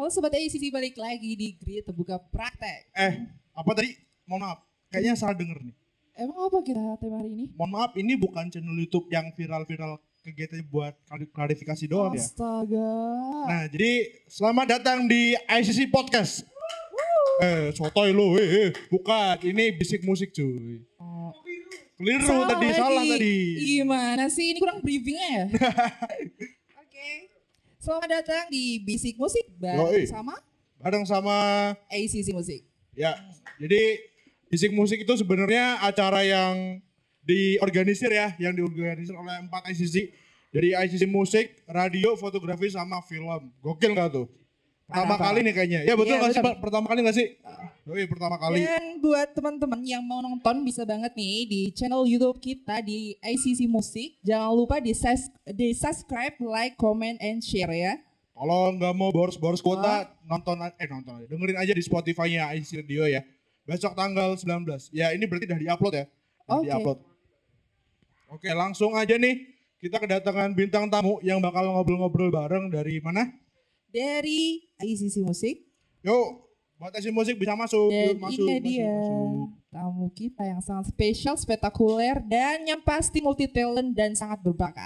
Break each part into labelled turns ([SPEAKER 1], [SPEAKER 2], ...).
[SPEAKER 1] Halo Sobat ACC, balik lagi di Grid Terbuka Praktek.
[SPEAKER 2] Apa tadi? Mohon maaf, kayaknya salah denger nih.
[SPEAKER 1] Emang apa kita tema hari ini?
[SPEAKER 2] Mohon maaf, ini bukan channel YouTube yang viral-viral kegiatannya buat klarifikasi doang ya.
[SPEAKER 1] Astaga.
[SPEAKER 2] Nah, jadi selamat datang di ICC Podcast. Sotoy lu, bukan. Ini bisik musik cuy.
[SPEAKER 1] Oh.
[SPEAKER 2] Keliru tadi, salah tadi.
[SPEAKER 1] Gimana sih? Ini kurang briefingnya ya? Oke. Selamat datang di Bisik Musik bareng sama ACC Musik.
[SPEAKER 2] Ya, jadi bisik musik itu sebenarnya acara yang diorganisir oleh 4 ICC. Jadi ICC Musik, Radio, Fotografi, sama Film. Gokil nggak tuh? Pertama kali nih kayaknya. Ya betul nggak sih Pak? Pertama kali nggak sih? Pertama kali.
[SPEAKER 1] Dan buat teman-teman yang mau nonton bisa banget nih di channel YouTube kita di ICC Musik. Jangan lupa di subscribe, like, comment, and share ya.
[SPEAKER 2] Kalau nggak mau boros-boros kuota, nonton aja. Dengerin aja di Spotify-nya ICC Radio ya. Besok tanggal 19. Ya ini berarti udah di-upload ya.
[SPEAKER 1] Oke.
[SPEAKER 2] Di-upload. Oke, langsung aja nih. Kita kedatangan bintang tamu yang bakal ngobrol-ngobrol bareng dari mana?
[SPEAKER 1] Dari ICC Musik.
[SPEAKER 2] Yuk, buat ICC Musik bisa masuk.
[SPEAKER 1] Dan
[SPEAKER 2] Yuk,
[SPEAKER 1] ini dia tamu kita yang sangat spesial, spektakuler, dan yang pasti multi talent dan sangat berbakat.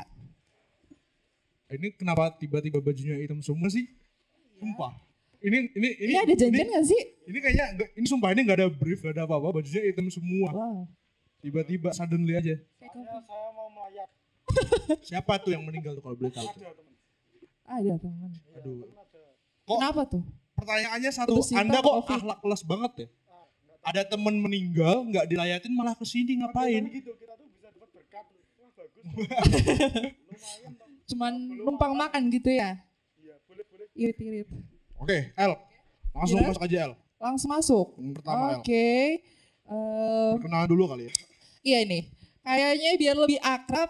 [SPEAKER 2] Ini kenapa tiba-tiba bajunya hitam semua sih? Sumpah. Ini
[SPEAKER 1] ada janjian gak sih?
[SPEAKER 2] Ini kayaknya ini sumpah ini nggak ada brief, nggak ada apa-apa, bajunya hitam semua.
[SPEAKER 1] Wow.
[SPEAKER 2] Tiba-tiba suddenly aja.
[SPEAKER 3] Saya mau melayat.
[SPEAKER 2] Siapa tuh yang meninggal tuh kalau boleh tahu?
[SPEAKER 1] Ada teman.
[SPEAKER 2] Aduh.
[SPEAKER 1] Kenapa tuh?
[SPEAKER 2] Pertanyaannya satu,
[SPEAKER 1] Putus cinta
[SPEAKER 2] Anda kok
[SPEAKER 1] COVID.
[SPEAKER 2] akhlak kelas banget ya? Ada temen meninggal, nggak dilayatin malah kesini ngapain?
[SPEAKER 3] Gitu, kita tuh bisa dapat berkat. Wah bagus. Lumayan dong.
[SPEAKER 1] Cuman numpang makan gitu ya?
[SPEAKER 3] Iya, boleh.
[SPEAKER 1] Irit-irit.
[SPEAKER 2] Oke, El. Langsung
[SPEAKER 1] Gimana?
[SPEAKER 2] masuk aja El.
[SPEAKER 1] Langsung masuk.
[SPEAKER 2] Pertama El.
[SPEAKER 1] Oke.
[SPEAKER 2] Perkenalan dulu kali ya.
[SPEAKER 1] Iya nih. Kayaknya biar lebih akrab,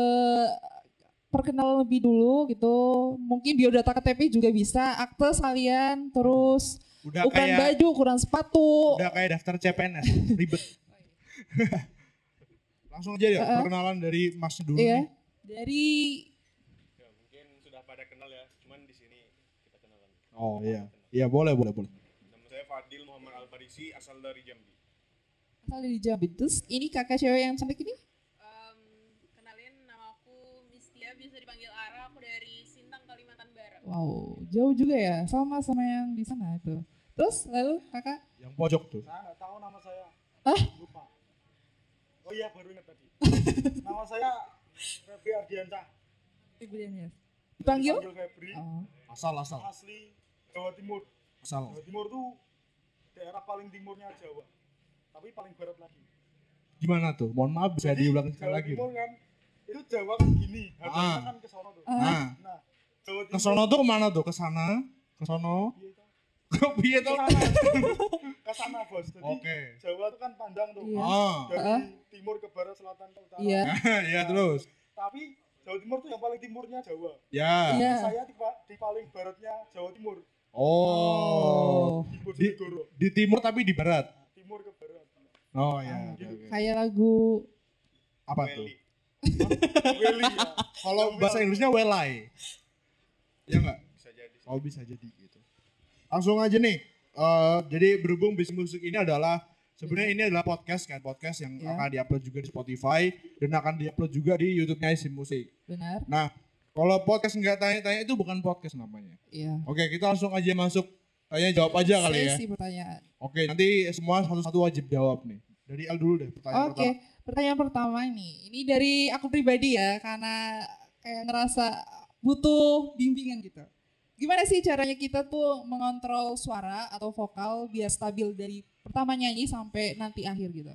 [SPEAKER 1] perkenalan lebih dulu gitu. Mungkin biodata KTP juga bisa, akte sekalian, terus
[SPEAKER 2] Udah
[SPEAKER 1] ukuran
[SPEAKER 2] kayak
[SPEAKER 1] baju, ukuran sepatu.
[SPEAKER 2] udah kayak daftar CPNS, ribet. Langsung aja ya, perkenalan dari Mas dulu
[SPEAKER 1] Iya.
[SPEAKER 2] nih.
[SPEAKER 1] Dari
[SPEAKER 3] Ya, mungkin sudah pada kenal ya, cuman di sini kita kenalan.
[SPEAKER 2] Oh iya. Iya, boleh.
[SPEAKER 3] Nama saya Fadil Muhammad Al-Farisi, asal dari Jambi.
[SPEAKER 1] asal dari Jambi. Terus ini kakak cewek yang cantik ini?
[SPEAKER 4] Kenalin, nama aku Mistia, biasa dipanggil Ara, aku dari Sintang, Kalimantan Barat.
[SPEAKER 1] Wow, jauh juga ya, sama yang di sana itu. Terus lalu kakak?
[SPEAKER 2] Yang pojok tuh.
[SPEAKER 3] Saya nggak tahu nama saya.
[SPEAKER 1] Ah?
[SPEAKER 3] Lupa. Oh iya, baru ingat tadi. Nama saya Febri Ardiansyah.
[SPEAKER 1] Dipanggil?
[SPEAKER 3] Febri.
[SPEAKER 1] Oh.
[SPEAKER 2] Asal.
[SPEAKER 3] Asli Jawa Timur.
[SPEAKER 2] Asal.
[SPEAKER 3] Jawa Timur tuh daerah paling timurnya Jawa. Tapi paling barat lagi.
[SPEAKER 2] Gimana tuh? Mohon maaf bisa diulang sekali
[SPEAKER 3] Jawa
[SPEAKER 2] lagi.
[SPEAKER 3] Timur kan, itu Jawa kan gini, hadapnya kan ke sono tuh.
[SPEAKER 2] Nah,
[SPEAKER 3] Nah, Jawa
[SPEAKER 2] ke
[SPEAKER 3] Timur
[SPEAKER 2] sono tuh kemana tuh? Ke sana? Ke sono? Piye
[SPEAKER 3] ke
[SPEAKER 2] tuh?
[SPEAKER 3] sana. Ke sana, Bos. Jadi
[SPEAKER 2] Oke.
[SPEAKER 3] Jawa tuh kan panjang tuh.
[SPEAKER 1] Iya.
[SPEAKER 2] Ah.
[SPEAKER 3] Dari timur ke barat, selatan ke utara.
[SPEAKER 1] Iya.
[SPEAKER 2] Ya terus.
[SPEAKER 3] Tapi Jawa Timur tuh yang paling timurnya Jawa.
[SPEAKER 2] Ya.
[SPEAKER 1] Iya.
[SPEAKER 3] Saya di paling baratnya Jawa Timur.
[SPEAKER 2] Oh.
[SPEAKER 3] Di Bojonegoro.
[SPEAKER 2] Di timur tapi di barat.
[SPEAKER 3] Timur ke barat.
[SPEAKER 2] Oh iya. Oke.
[SPEAKER 1] Kayak lagu
[SPEAKER 2] Apa tuh?
[SPEAKER 3] Weli ya.
[SPEAKER 2] Kalau bahasa Inggrisnya welai. Ya enggak?
[SPEAKER 3] Bisa jadi.
[SPEAKER 2] Oh bisa jadi gitu. Langsung aja nih. Jadi berhubung bisnis musik ini adalah sebenarnya ini adalah podcast yang
[SPEAKER 1] Ya.
[SPEAKER 2] akan diupload juga di Spotify dan akan diupload juga di YouTube-nya Bisnis Musik.
[SPEAKER 1] benar.
[SPEAKER 2] Nah, kalau podcast nggak tanya-tanya itu bukan podcast namanya.
[SPEAKER 1] Iya.
[SPEAKER 2] Oke, kita langsung aja masuk tanya jawab aja kali ya.
[SPEAKER 1] Sesi pertanyaan.
[SPEAKER 2] Oke, nanti semua satu-satu wajib jawab nih. Dari El dulu deh pertanyaan
[SPEAKER 1] Oke,
[SPEAKER 2] pertama.
[SPEAKER 1] pertanyaan pertama nih. Ini dari aku pribadi ya, karena kayak ngerasa butuh bimbingan gitu. Gimana sih caranya kita tuh mengontrol suara atau vokal biar stabil dari pertama nyanyi sampai nanti akhir gitu?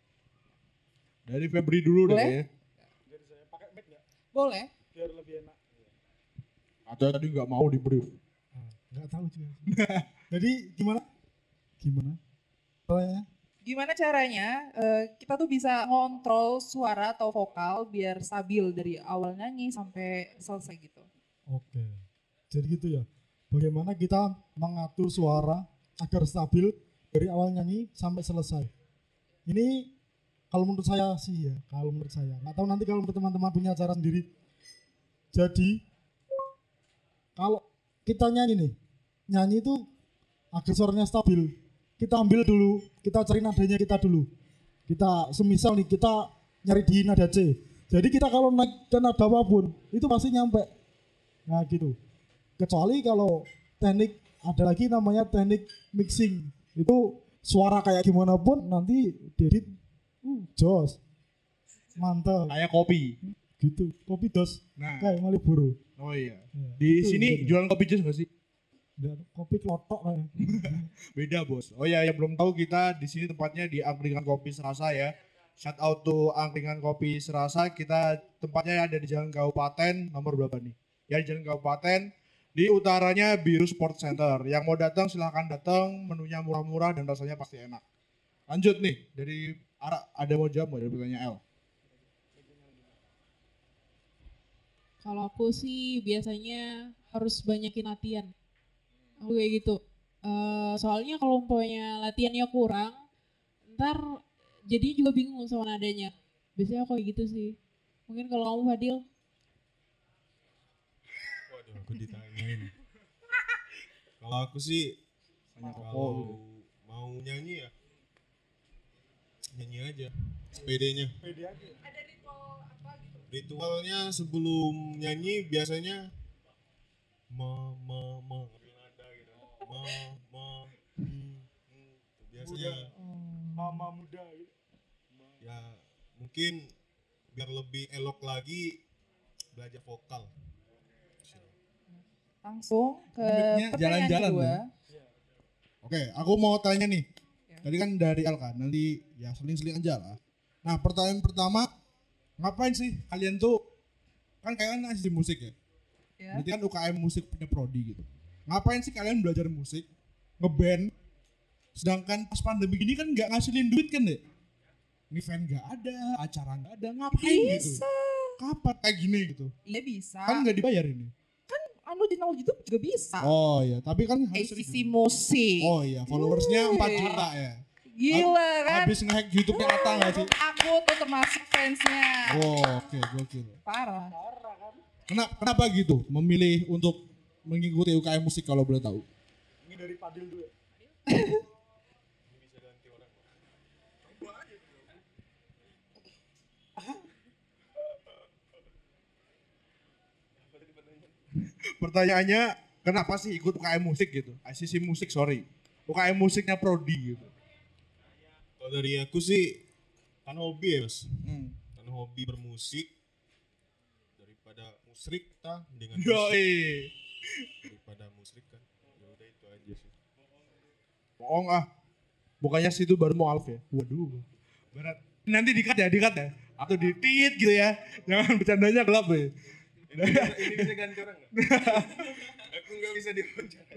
[SPEAKER 2] Dari Febri dulu
[SPEAKER 1] Boleh?
[SPEAKER 2] deh ya.
[SPEAKER 3] Jadi saya pakai mic nggak?
[SPEAKER 1] Boleh?
[SPEAKER 3] Biar lebih enak.
[SPEAKER 2] Atau tadi nggak mau di brief.
[SPEAKER 3] Nggak tahu juga. Jadi gimana? Soalnya
[SPEAKER 1] Gimana caranya kita tuh bisa ngontrol suara atau vokal biar stabil dari awal nyanyi sampai selesai gitu?
[SPEAKER 5] Oke, jadi gitu ya. Bagaimana kita mengatur suara agar stabil dari awal nyanyi sampai selesai. Ini kalau menurut saya sih ya, kalau menurut saya. Nggak tahu nanti kalau menurut teman-teman punya cara sendiri. Jadi kalau kita nyanyi nih, nyanyi itu agar suaranya stabil, kita ambil dulu, kita cari nadanya kita dulu. Kita semisal nih kita nyari di nada C. Jadi kita kalau naik ke nada apapun itu pasti nyampe. Nah gitu. Kecuali kalau teknik ada lagi namanya teknik mixing. Itu suara kayak gimana pun nanti diedit jos. Mantap
[SPEAKER 2] Kayak kopi.
[SPEAKER 5] gitu. Kopi dos
[SPEAKER 2] Nah,
[SPEAKER 5] kayak Malioboro.
[SPEAKER 2] oh iya.
[SPEAKER 5] Ya,
[SPEAKER 2] Di
[SPEAKER 5] itu
[SPEAKER 2] sini
[SPEAKER 5] gitu.
[SPEAKER 2] jualan kopi jus nggak sih?
[SPEAKER 5] Dan kopi kelotok kayak.
[SPEAKER 2] Beda bos. Oh ya, yang belum tahu kita di sini tempatnya di Angkringan Kopi Serasa ya. Shout out to Angkringan Kopi Serasa. Kita tempatnya ada di Jalan Kabupaten nomor berapa nih? Ya di Jalan Kabupaten. Di utaranya Biru Sport Center. Yang mau datang silahkan datang. Menunya murah-murah dan rasanya pasti enak. Lanjut nih dari ada mau jawab nggak dari pertanyaan L?
[SPEAKER 4] Kalau aku sih biasanya harus banyakin latihan. Aku kayak gitu. Soalnya kalau umpamanya latihannya kurang, ntar jadi juga bingung sama nadanya. Biasanya aku kayak gitu sih. Mungkin kalau kamu Fadil,
[SPEAKER 6] Waduh, aku ditanyain. Kalau aku sih,
[SPEAKER 2] Banyak
[SPEAKER 6] kalau mau nyanyi ya, nyanyi aja. PD-nya.
[SPEAKER 3] Ada ritual apa gitu?
[SPEAKER 6] Ritualnya sebelum nyanyi biasanya ngambil nada gitu. Biasanya
[SPEAKER 3] Mama muda gitu.
[SPEAKER 6] ya mungkin biar lebih elok lagi belajar vokal.
[SPEAKER 1] Langsung ke
[SPEAKER 2] Duitnya
[SPEAKER 1] pertanyaan
[SPEAKER 2] jalan-jalan
[SPEAKER 1] kedua.
[SPEAKER 2] ya. Oke, aku mau tanya nih.
[SPEAKER 1] Ya.
[SPEAKER 2] Tadi kan dari L kan, nanti ya seling-seling aja lah. Nah, pertanyaan pertama, ngapain sih kalian tuh kan kalian asli musik ya?
[SPEAKER 1] Ya.
[SPEAKER 2] Berarti kan UKM musik punya prodi gitu. Ngapain sih kalian belajar musik, ngeband, sedangkan pas pandemi gini kan nggak ngasilin duit kan deh? Event nggak ada, acara nggak ada, ngapain gitu?
[SPEAKER 1] Bisa.
[SPEAKER 2] Kapan kayak gini gitu?
[SPEAKER 1] Iya bisa.
[SPEAKER 2] Kan nggak dibayar ini.
[SPEAKER 1] Anu di channel YouTube juga bisa.
[SPEAKER 2] Oh iya, tapi kan harus
[SPEAKER 1] ACC Musik.
[SPEAKER 2] Oh iya, followersnya 4
[SPEAKER 1] Iya.
[SPEAKER 2] juta ya.
[SPEAKER 1] Gila kan?
[SPEAKER 2] Habis nge-hack YouTube-nya Atta nggak sih?
[SPEAKER 1] Aku tuh termasuk fansnya.
[SPEAKER 2] Oh, oke, gokil.
[SPEAKER 1] Parah.
[SPEAKER 2] Kenapa gitu memilih untuk mengikuti UKM musik kalau boleh tahu?
[SPEAKER 3] Ini dari Padil dulu ya.
[SPEAKER 2] Pertanyaannya, kenapa sih ikut UKM musik gitu? ICC musik, sorry. UKM musiknya prodi gitu.
[SPEAKER 6] Kalau dari aku sih kan hobi ya mas,
[SPEAKER 2] Hmm.
[SPEAKER 6] kan hobi bermusik daripada musrik kita dengan musik.
[SPEAKER 2] Yoi.
[SPEAKER 6] Daripada musrik kan ya udah itu aja sih.
[SPEAKER 2] Bohong ah. Bukannya situ baru mau alf ya? Waduh. Berat. Nanti dikat ya. Atau ditit gitu ya. Jangan bercandanya gelap ya.
[SPEAKER 6] Ini bisa ganti orang nggak? Aku nggak bisa diwawancara.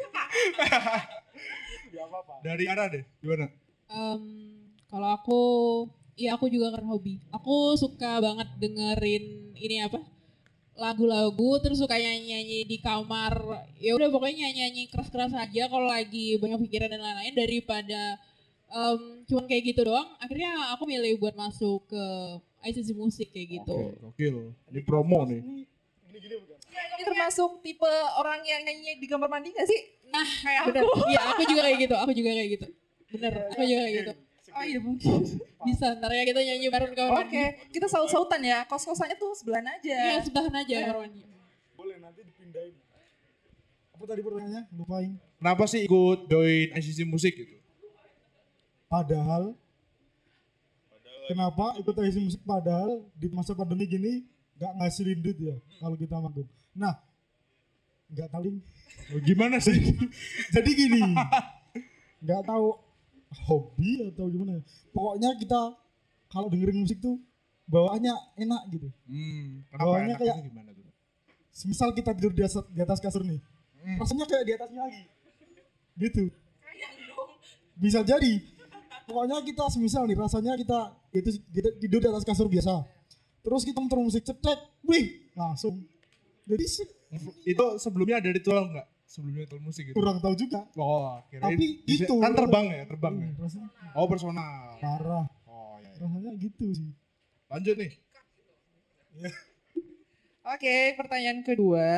[SPEAKER 3] Ya apa-apa.
[SPEAKER 2] Dari Ara deh, gimana?
[SPEAKER 4] kalau aku, ya aku juga karena hobi. Aku suka banget dengerin ini apa? Lagu-lagu, terus suka nyanyi-nyanyi di kamar. Ya udah pokoknya nyanyi-nyanyi keras-keras aja kalau lagi banyak pikiran dan lain-lain daripada cuman kayak gitu doang. Akhirnya aku milih buat masuk ke ICC musik kayak gitu.
[SPEAKER 2] Oke, gokil. Ini promo nih.
[SPEAKER 3] Gini-gini bukan?
[SPEAKER 1] Ini termasuk tipe orang yang nyanyi di kamar mandi gak sih?
[SPEAKER 4] Nah,
[SPEAKER 1] Kayak
[SPEAKER 4] bener.
[SPEAKER 1] aku.
[SPEAKER 4] Iya, aku juga kayak gitu. Bener, aku juga kayak gitu.
[SPEAKER 1] Oh iya mungkin.
[SPEAKER 4] Bisa, ntar ya kita nyanyi bareng di kamar
[SPEAKER 1] Oke,
[SPEAKER 4] mandi.
[SPEAKER 1] kita saut-sautan ya. Kos-kosannya tuh sebelahan
[SPEAKER 4] Iya,
[SPEAKER 1] aja.
[SPEAKER 4] sebelahan aja kamar mandi.
[SPEAKER 3] Boleh nanti dipindahin.
[SPEAKER 5] Apa tadi pertanyaannya? Lupain.
[SPEAKER 2] Kenapa sih ikut join ICC musik gitu?
[SPEAKER 5] Padahal kenapa ikut IC musik padahal di masa pandemi gini nggak ngasilin duit ya kalau kita manggung. Nah, nggak tahu.
[SPEAKER 2] Oh, gimana sih?
[SPEAKER 5] Jadi gini, nggak tahu hobi atau gimana. Pokoknya kita kalau dengerin musik tuh bawaannya enak gitu.
[SPEAKER 2] Kenapa
[SPEAKER 5] Bawahnya
[SPEAKER 2] enaknya
[SPEAKER 5] kayak-
[SPEAKER 2] gimana tuh?
[SPEAKER 5] Semisal kita tidur di atas kasur nih, rasanya kayak di atasnya lagi, gitu. Bisa jadi. Pokoknya kita semisal nih rasanya kita tidur di atas kasur biasa. Terus kita muter musik cetek, wih langsung. Jadi sih
[SPEAKER 2] Itu sebelumnya ada ritual enggak? Sebelumnya ritual musik gitu?
[SPEAKER 5] kurang tahu juga.
[SPEAKER 2] Oh, kirain
[SPEAKER 5] Tapi
[SPEAKER 2] bisa-
[SPEAKER 5] gitu.
[SPEAKER 2] kan terbang ya?
[SPEAKER 5] Rasanya
[SPEAKER 2] Oh, personal.
[SPEAKER 5] parah.
[SPEAKER 2] Oh, iya.
[SPEAKER 5] Rasanya gitu sih.
[SPEAKER 2] Lanjut nih.
[SPEAKER 1] Oke, pertanyaan kedua.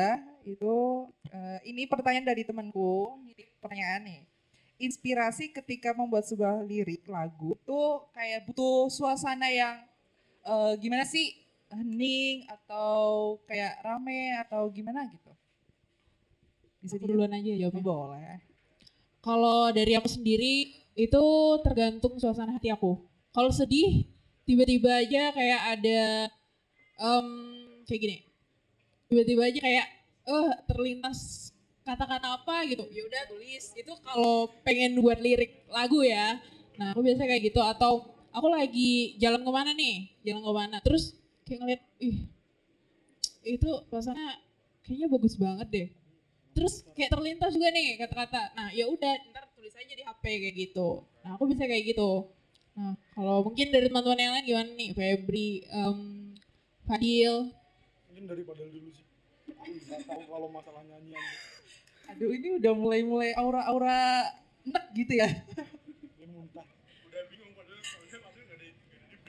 [SPEAKER 1] itu ini pertanyaan dari temanku, ini pertanyaan nih. Inspirasi ketika membuat sebuah lirik lagu tuh kayak butuh suasana yang gimana sih? Hening atau kayak rame atau gimana gitu? Bisa
[SPEAKER 4] Aku duluan aja jawabnya.
[SPEAKER 1] Boleh.
[SPEAKER 4] Kalau dari aku sendiri itu tergantung suasana hati aku. Kalau sedih, tiba-tiba aja kayak ada kayak gini. Tiba-tiba aja kayak terlintas kata-kata apa gitu. Ya udah tulis. Itu kalau pengen buat lirik lagu ya. Nah, aku biasa kayak gitu atau aku lagi jalan kemana nih? Jalan kemana? Terus kayak ngeliat, itu suasana kayaknya bagus banget deh. Terus kayak terlintas juga nih kata-kata. Nah, ya udah ntar tulis aja di HP kayak gitu. Nah, aku bisa kayak gitu. Nah, kalau mungkin dari teman-teman yang lain gimana nih? Febri, Fadil.
[SPEAKER 3] Mungkin dari Padel dulu sih. Aku nggak tahu kalau masalah nyanyian.
[SPEAKER 1] Aduh, ini udah mulai aura-aura enek gitu ya.
[SPEAKER 3] Ini muntah.
[SPEAKER 6] Udah bingung padahal soalnya masih nggak ada.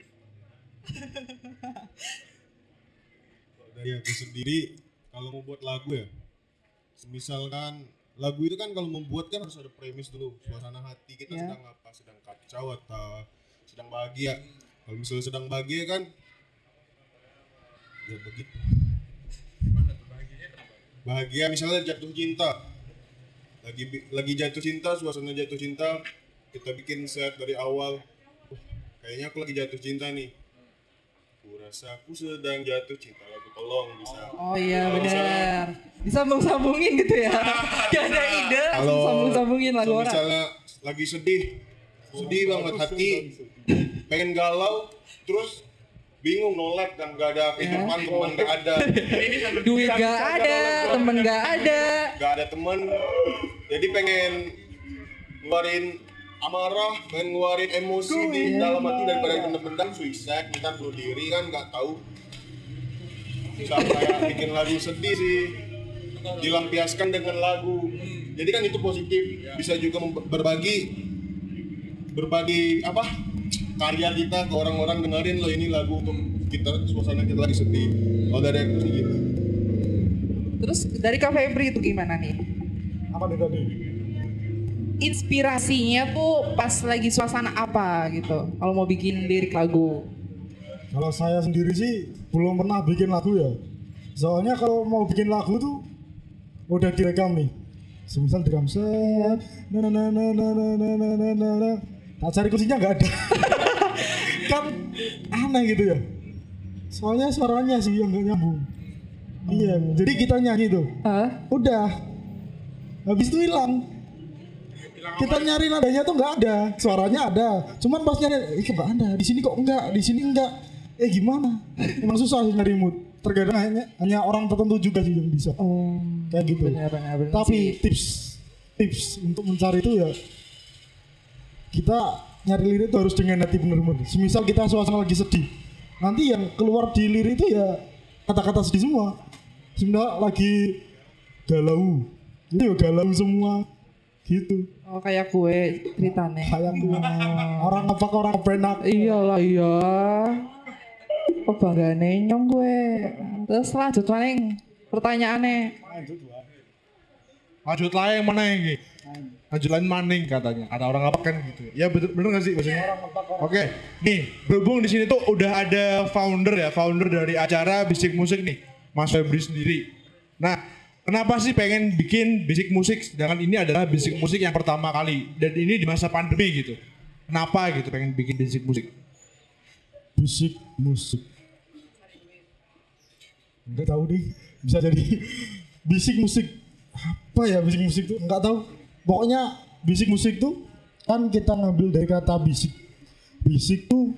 [SPEAKER 6] Kalau dari aku sendiri, kalau mau buat lagu ya, misalkan lagu itu kan kalau membuat kan harus ada premis dulu, suasana hati kita
[SPEAKER 1] Ya.
[SPEAKER 6] sedang apa, sedang kacau atau sedang bahagia. Kalau misalnya sedang bahagia kan, ya begitu. Bahagia misalnya jatuh cinta, lagi jatuh cinta, suasana jatuh cinta, kita bikin set dari awal. Kayaknya aku lagi jatuh cinta nih. Kurasa aku sedang jatuh cinta, lagu tolong bisa.
[SPEAKER 1] Oh iya benar. Disambung-sambungin gitu ya. Gak ada ide, langsung sambung-sambungin lagu
[SPEAKER 6] Kalau
[SPEAKER 1] orang.
[SPEAKER 6] misalnya lagi sedih banget hati, pengen galau, terus bingung nolak dan gak ada kehidupan, teman gak ada,
[SPEAKER 1] Duit gak ada, temen gak ada.
[SPEAKER 6] gak ada teman, jadi pengen ngeluarin amarah, pengen ngeluarin emosi di dalam hati daripada pendem-pendem suicide, kita bunuh diri kan nggak tahu. Siapa yang bikin lagu sedih sih, dilampiaskan dengan lagu. Jadi kan itu positif, bisa juga berbagi apa karya kita ke orang-orang, dengerin loh ini lagu untuk kita, suasana kita lagi sedih. Kalau dari aku sih gitu.
[SPEAKER 1] Terus dari Kak Febri itu gimana nih?
[SPEAKER 5] Apa nih tadi?
[SPEAKER 1] Inspirasinya tuh pas lagi suasana apa gitu? Kalau mau bikin lirik lagu.
[SPEAKER 5] Kalau saya sendiri sih belum pernah bikin lagu ya. Soalnya kalau mau bikin lagu tuh udah direkam nih. Semisal direkam set, na na na na na na na na na na na. Tak cari kuncinya nggak ada. Kan aneh gitu ya. Soalnya suaranya sih yang nggak nyambung. Iya, jadi kita nyanyi tuh.
[SPEAKER 1] Hah?
[SPEAKER 5] Udah. Habis itu hilang. Kita nyari nadanya tuh nggak ada, suaranya ada. Cuman pas nyari, kok nggak ada. Di sini kok enggak, di sini enggak. Gimana? Emang susah sih nyari mood. Terkadang hanya orang tertentu juga sih yang bisa.
[SPEAKER 1] Oh,
[SPEAKER 5] Kayak gitu.
[SPEAKER 1] benar
[SPEAKER 5] Tapi tips untuk mencari itu ya kita nyari lirik itu harus dengan hati bener-bener. Semisal kita suasana lagi sedih, nanti yang keluar di lirik itu ya kata-kata sedih semua. Sebenarnya lagi galau, itu ya galau semua gitu.
[SPEAKER 1] Oh kayak kue ceritanya.
[SPEAKER 5] Kayak orang apa orang kepenak.
[SPEAKER 1] Iyalah iya. Kebanggaane nyong gue. Terus lanjut maning pertanyaannya.
[SPEAKER 2] Lanjut lain mana ini? Lanjut lain maning katanya. Kata orang apa kan gitu. Ya bener nggak sih maksudnya? Oke, nih berhubung di sini tuh udah ada founder dari acara Bisik Musik nih, Mas Febri sendiri. Nah, kenapa sih pengen bikin Bisik Musik? Sedangkan ini adalah Bisik Musik yang pertama kali dan ini di masa pandemi gitu. Kenapa gitu pengen bikin Bisik Musik?
[SPEAKER 5] Bisik musik. Enggak tahu deh, bisa jadi bisik musik. Apa ya bisik musik tuh? Enggak tahu. Pokoknya bisik musik tuh kan kita ngambil dari kata bisik. Bisik tuh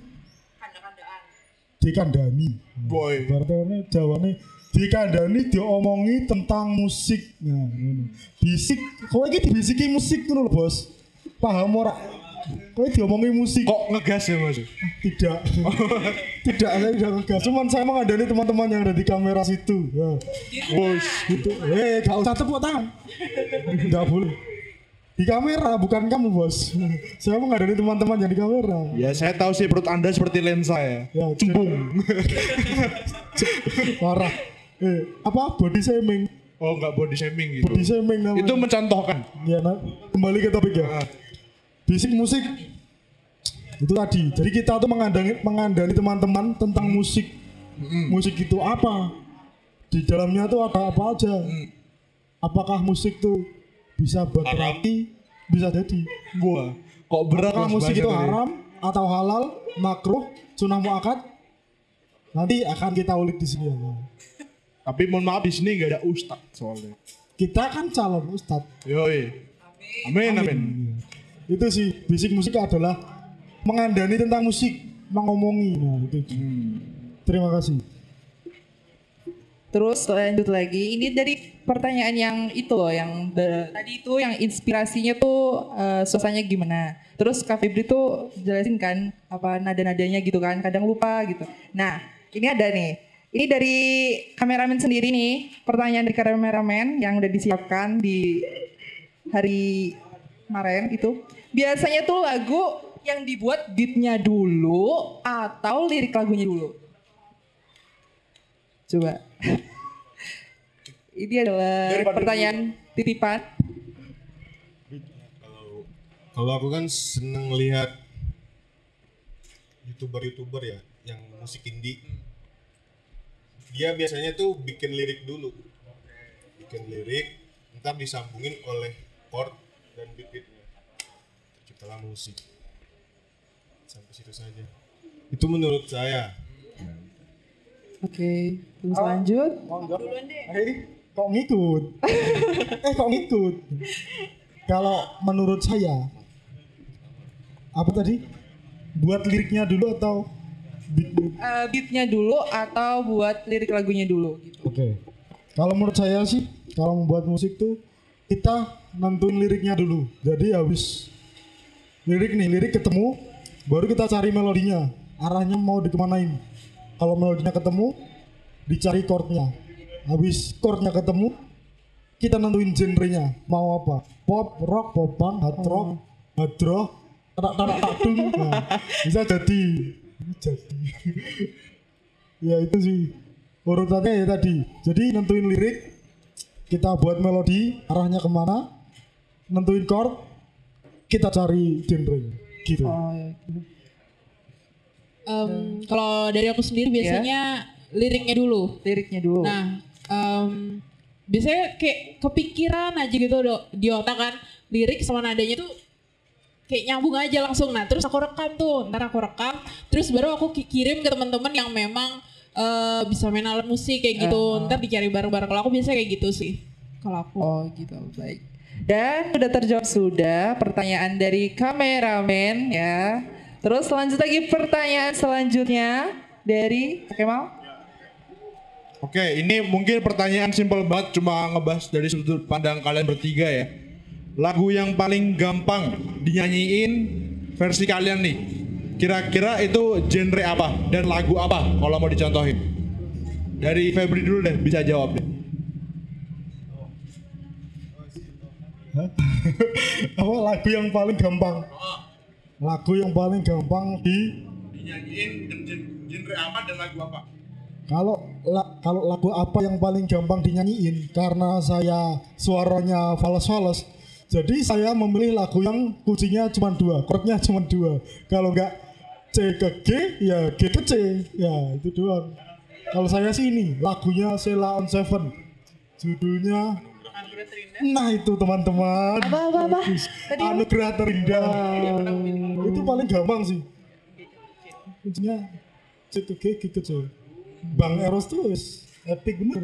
[SPEAKER 5] dikandani.
[SPEAKER 2] Boy.
[SPEAKER 5] Berarti ini jawabannya dikandani diomongi tentang musik. Nah, ini. Bisik, kowe iki dibisiki musik ngono lho, Bos. Paham ora? Kowe diomongi musik.
[SPEAKER 2] Kok ngegas ya Mas?
[SPEAKER 5] Tidak. Tidak, saya tidak ngegas. Cuman saya mengandani teman-teman yang ada di kamera situ. Ya.
[SPEAKER 2] Bos.
[SPEAKER 5] Gitu. Gak usah tepuk tangan. Enggak boleh. Di kamera, bukan kamu bos. Saya mengandani teman-teman yang di kamera.
[SPEAKER 2] Ya saya tahu sih perut Anda seperti lensa ya.
[SPEAKER 5] Ya, cembung. Parah. Apa body shaming?
[SPEAKER 2] Oh nggak body shaming gitu.
[SPEAKER 5] Body shaming namanya.
[SPEAKER 2] Itu mencontohkan.
[SPEAKER 5] Ya, nah, kembali ke topik ya. Bisik musik itu tadi. Jadi kita tuh mengandani teman-teman tentang musik. Musik itu apa? Di dalamnya tuh ada apa aja? Apakah musik tuh bisa buat terapi? Bisa jadi.
[SPEAKER 2] Wah, kok berat
[SPEAKER 5] Apakah
[SPEAKER 2] Mas
[SPEAKER 5] musik
[SPEAKER 2] bahasa
[SPEAKER 5] itu
[SPEAKER 2] tadi?
[SPEAKER 5] haram atau halal, makruh, sunnah muakkad? Nanti akan kita ulik di sini ya.
[SPEAKER 2] Tapi mohon maaf di sini nggak ada ustadz soalnya.
[SPEAKER 5] Kita kan calon ustadz.
[SPEAKER 2] Yoi. Amin.
[SPEAKER 5] Itu sih basic musik adalah mengandani tentang musik, mengomongi. Nah, itu. Terima kasih.
[SPEAKER 1] Terus lanjut lagi, ini dari pertanyaan yang itu loh, yang tadi itu yang inspirasinya tuh suasananya gimana. Terus Kak Febri tuh jelasin kan apa nada-nadanya gitu kan, kadang lupa gitu. Nah ini ada nih, ini dari kameramen sendiri nih, pertanyaan dari kameramen yang udah disiapkan di hari kemarin itu. Biasanya tuh lagu yang dibuat beatnya dulu atau lirik lagunya dulu? Coba. Ini adalah pertanyaan titipan.
[SPEAKER 6] Kalau aku kan seneng lihat youtuber ya yang musik indie. Dia biasanya tuh bikin lirik dulu. Bikin lirik, ntar disambungin oleh chord dan beat-beatnya. Terciptalah musik. Sampai situ saja. Itu menurut saya.
[SPEAKER 1] Oke, terus lanjut.
[SPEAKER 5] Kok ngikut? Kok ngikut? Kalau menurut saya, apa tadi? Buat liriknya dulu atau beat?
[SPEAKER 1] Beatnya dulu atau buat lirik lagunya dulu? Gitu.
[SPEAKER 5] Oke. Kalau menurut saya sih, kalau membuat musik tuh kita nentuin liriknya dulu. Jadi habis lirik ketemu, baru kita cari melodinya. Arahnya mau dikemanain. Kalau melodinya ketemu, dicari chordnya. Habis chordnya ketemu, kita nentuin genrenya. Mau apa? Pop, rock, popang, hard rock, hard rock, tak-tak-tak-tung. Nah, bisa jadi. Ya itu sih. Urutannya ya tadi. Jadi nentuin lirik, kita buat melodi, arahnya kemana, nentuin chord, kita cari genre. Gitu.
[SPEAKER 1] Oh, ya.
[SPEAKER 4] Kalau dari aku sendiri biasanya liriknya dulu.
[SPEAKER 1] Liriknya dulu.
[SPEAKER 4] Nah, biasanya kayak kepikiran aja gitu di otak kan, lirik sama nadanya tuh kayak nyambung aja langsung. Nah, terus aku rekam tuh, ntar aku rekam, terus baru aku kirim ke teman-teman yang memang bisa main alat musik kayak gitu. Ntar dicari bareng-bareng. Kalau aku biasanya kayak gitu sih. Kalau aku.
[SPEAKER 1] Oh gitu, baik. Dan sudah terjawab sudah pertanyaan dari kameramen ya. Terus lanjut lagi pertanyaan selanjutnya dari Kemal.
[SPEAKER 2] Oke, ini mungkin pertanyaan simpel banget, cuma ngebahas dari sudut pandang kalian bertiga ya. Lagu yang paling gampang dinyanyiin versi kalian nih, kira-kira itu genre apa dan lagu apa kalau mau dicontohin? Dari Febri dulu deh, bisa jawab deh.
[SPEAKER 5] Apa lagu yang paling gampang? Lagu yang paling gampang
[SPEAKER 2] Dinyanyiin genre apa dan lagu apa?
[SPEAKER 5] Kalau lagu apa yang paling gampang dinyanyiin, karena saya suaranya fals, jadi saya memilih lagu yang kuncinya cuma 2, chordnya cuma 2. Kalau enggak C ke G, ya G ke C, ya itu doang. Kalau saya sih ini lagunya Sheila on 7, judulnya nah itu teman-teman.
[SPEAKER 1] Apa?
[SPEAKER 5] Bagus. Anugerah Terindah. Itu paling gampang sih. Kuncinya C ke G, G ke C. Bang Eros tuh epic bener.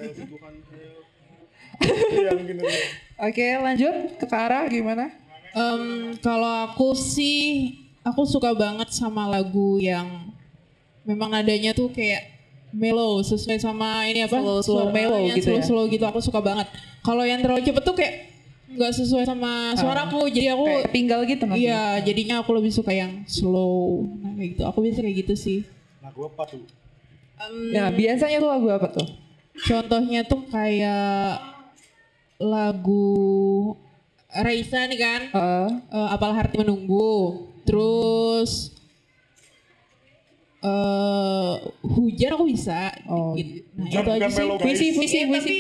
[SPEAKER 1] Oke, lanjut ke Kara gimana?
[SPEAKER 4] Kalau aku sih, aku suka banget sama lagu yang memang nadanya tuh kayak mellow, sesuai sama ini apa?
[SPEAKER 1] Slow mellow gitu ya?
[SPEAKER 4] Slow gitu, aku suka banget. Kalau yang terlalu cepet tuh kayak nggak sesuai sama suaraku, jadi aku
[SPEAKER 1] Kayak tinggal gitu nanti.
[SPEAKER 4] iya, jadinya aku lebih suka yang slow. Nah kayak gitu, aku biasa kayak gitu sih.
[SPEAKER 3] Lagu apa tuh?
[SPEAKER 1] Ya, biasanya tuh lagu apa tuh?
[SPEAKER 4] Contohnya tuh kayak lagu Raisa nih kan, Apalah Hati Menunggu. Terus Hujan aku bisa.
[SPEAKER 1] Oh,
[SPEAKER 4] gitu. Nah,
[SPEAKER 3] Hujan
[SPEAKER 4] itu aja
[SPEAKER 3] bukan
[SPEAKER 4] sih.
[SPEAKER 3] melo,
[SPEAKER 1] Puisi,
[SPEAKER 3] guys.
[SPEAKER 1] puisi, puisi.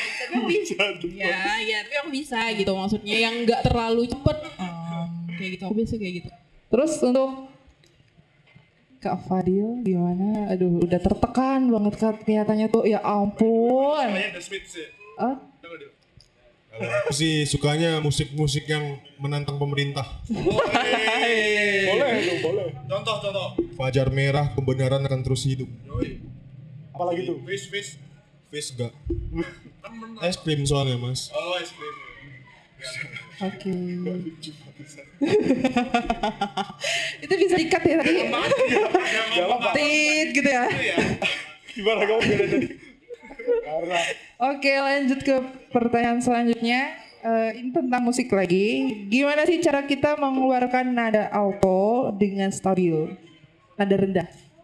[SPEAKER 4] Ya, tapi aku bisa gitu maksudnya yang nggak terlalu cepet. Kayak gitu, aku biasa kayak gitu.
[SPEAKER 1] Terus untuk Kak Fadil gimana? Aduh, udah tertekan banget Kak kelihatannya tuh. Ya ampun. Ah?
[SPEAKER 6] Aku sih sukanya musik-musik yang menantang pemerintah.
[SPEAKER 3] Boleh itu, boleh.
[SPEAKER 2] Contoh.
[SPEAKER 6] Fajar merah, kebenaran akan terus hidup.
[SPEAKER 3] Apalagi tuh?
[SPEAKER 6] Fish gak? Es krim soalnya mas.
[SPEAKER 2] Oh, es krim.
[SPEAKER 1] Oke. Itu bisa dikat ya tadi? Tit gitu ya.
[SPEAKER 3] Gimana kamu biar jadi? Karena
[SPEAKER 1] Oke, lanjut ke pertanyaan selanjutnya. Ini tentang musik lagi. Gimana sih cara kita mengeluarkan nada alto dengan stabil? Nada rendah.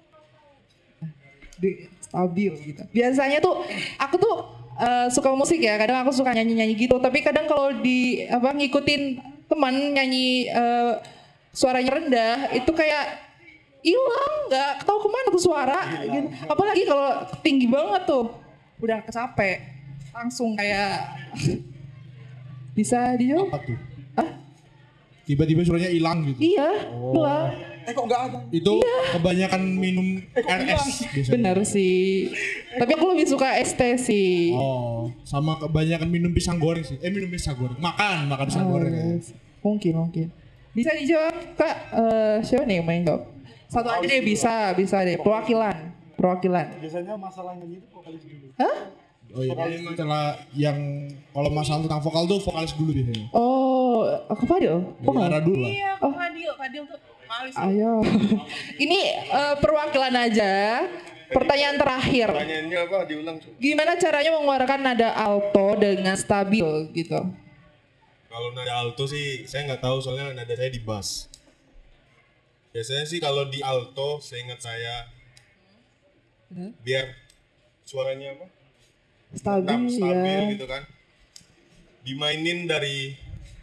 [SPEAKER 1] Stabil gitu. Biasanya tuh aku tuh suka musik ya. Kadang aku suka nyanyi-nyanyi gitu. Tapi kadang kalau di ngikutin teman nyanyi suaranya rendah itu kayak hilang, nggak tahu kemana tuh suara. Gitu. Apalagi kalau tinggi banget tuh. Udah kecapek, langsung kayak bisa dijawab?
[SPEAKER 2] Apa tuh? Tiba-tiba suaranya hilang gitu.
[SPEAKER 1] Iya, hilang.
[SPEAKER 3] kok nggak ada?
[SPEAKER 2] Itu kebanyakan minum RS biasanya.
[SPEAKER 1] Bener sih. Tapi aku lebih suka ST sih.
[SPEAKER 2] Oh, sama kebanyakan minum pisang goreng sih. Minum pisang goreng. Makan pisang goreng. Ya.
[SPEAKER 1] Mungkin. Bisa dijawab Kak, siapa nih yang main jawab? Satu aja deh, bisa deh. Perwakilan.
[SPEAKER 3] Biasanya masalahnya gitu vokalis dulu.
[SPEAKER 1] Hah?
[SPEAKER 2] Oh iya, ini masalah yang kalau masalah tentang vokal tuh vokalis dulu biasanya.
[SPEAKER 1] Oh, aku Fadil.
[SPEAKER 2] Dari Ara dulu lah.
[SPEAKER 4] Iya, Fadil tuh vokalis.
[SPEAKER 1] Ayo. Ini perwakilan aja. Pertanyaan terakhir.
[SPEAKER 6] Pertanyaannya apa? Diulang.
[SPEAKER 1] Gimana caranya mengeluarkan nada alto dengan stabil gitu?
[SPEAKER 6] Kalau nada alto sih saya nggak tahu soalnya nada saya di bass. Biasanya sih kalau di alto, seingat saya biar suaranya apa? Tetap stabil
[SPEAKER 1] ya.
[SPEAKER 6] gitu kan. Dimainin dari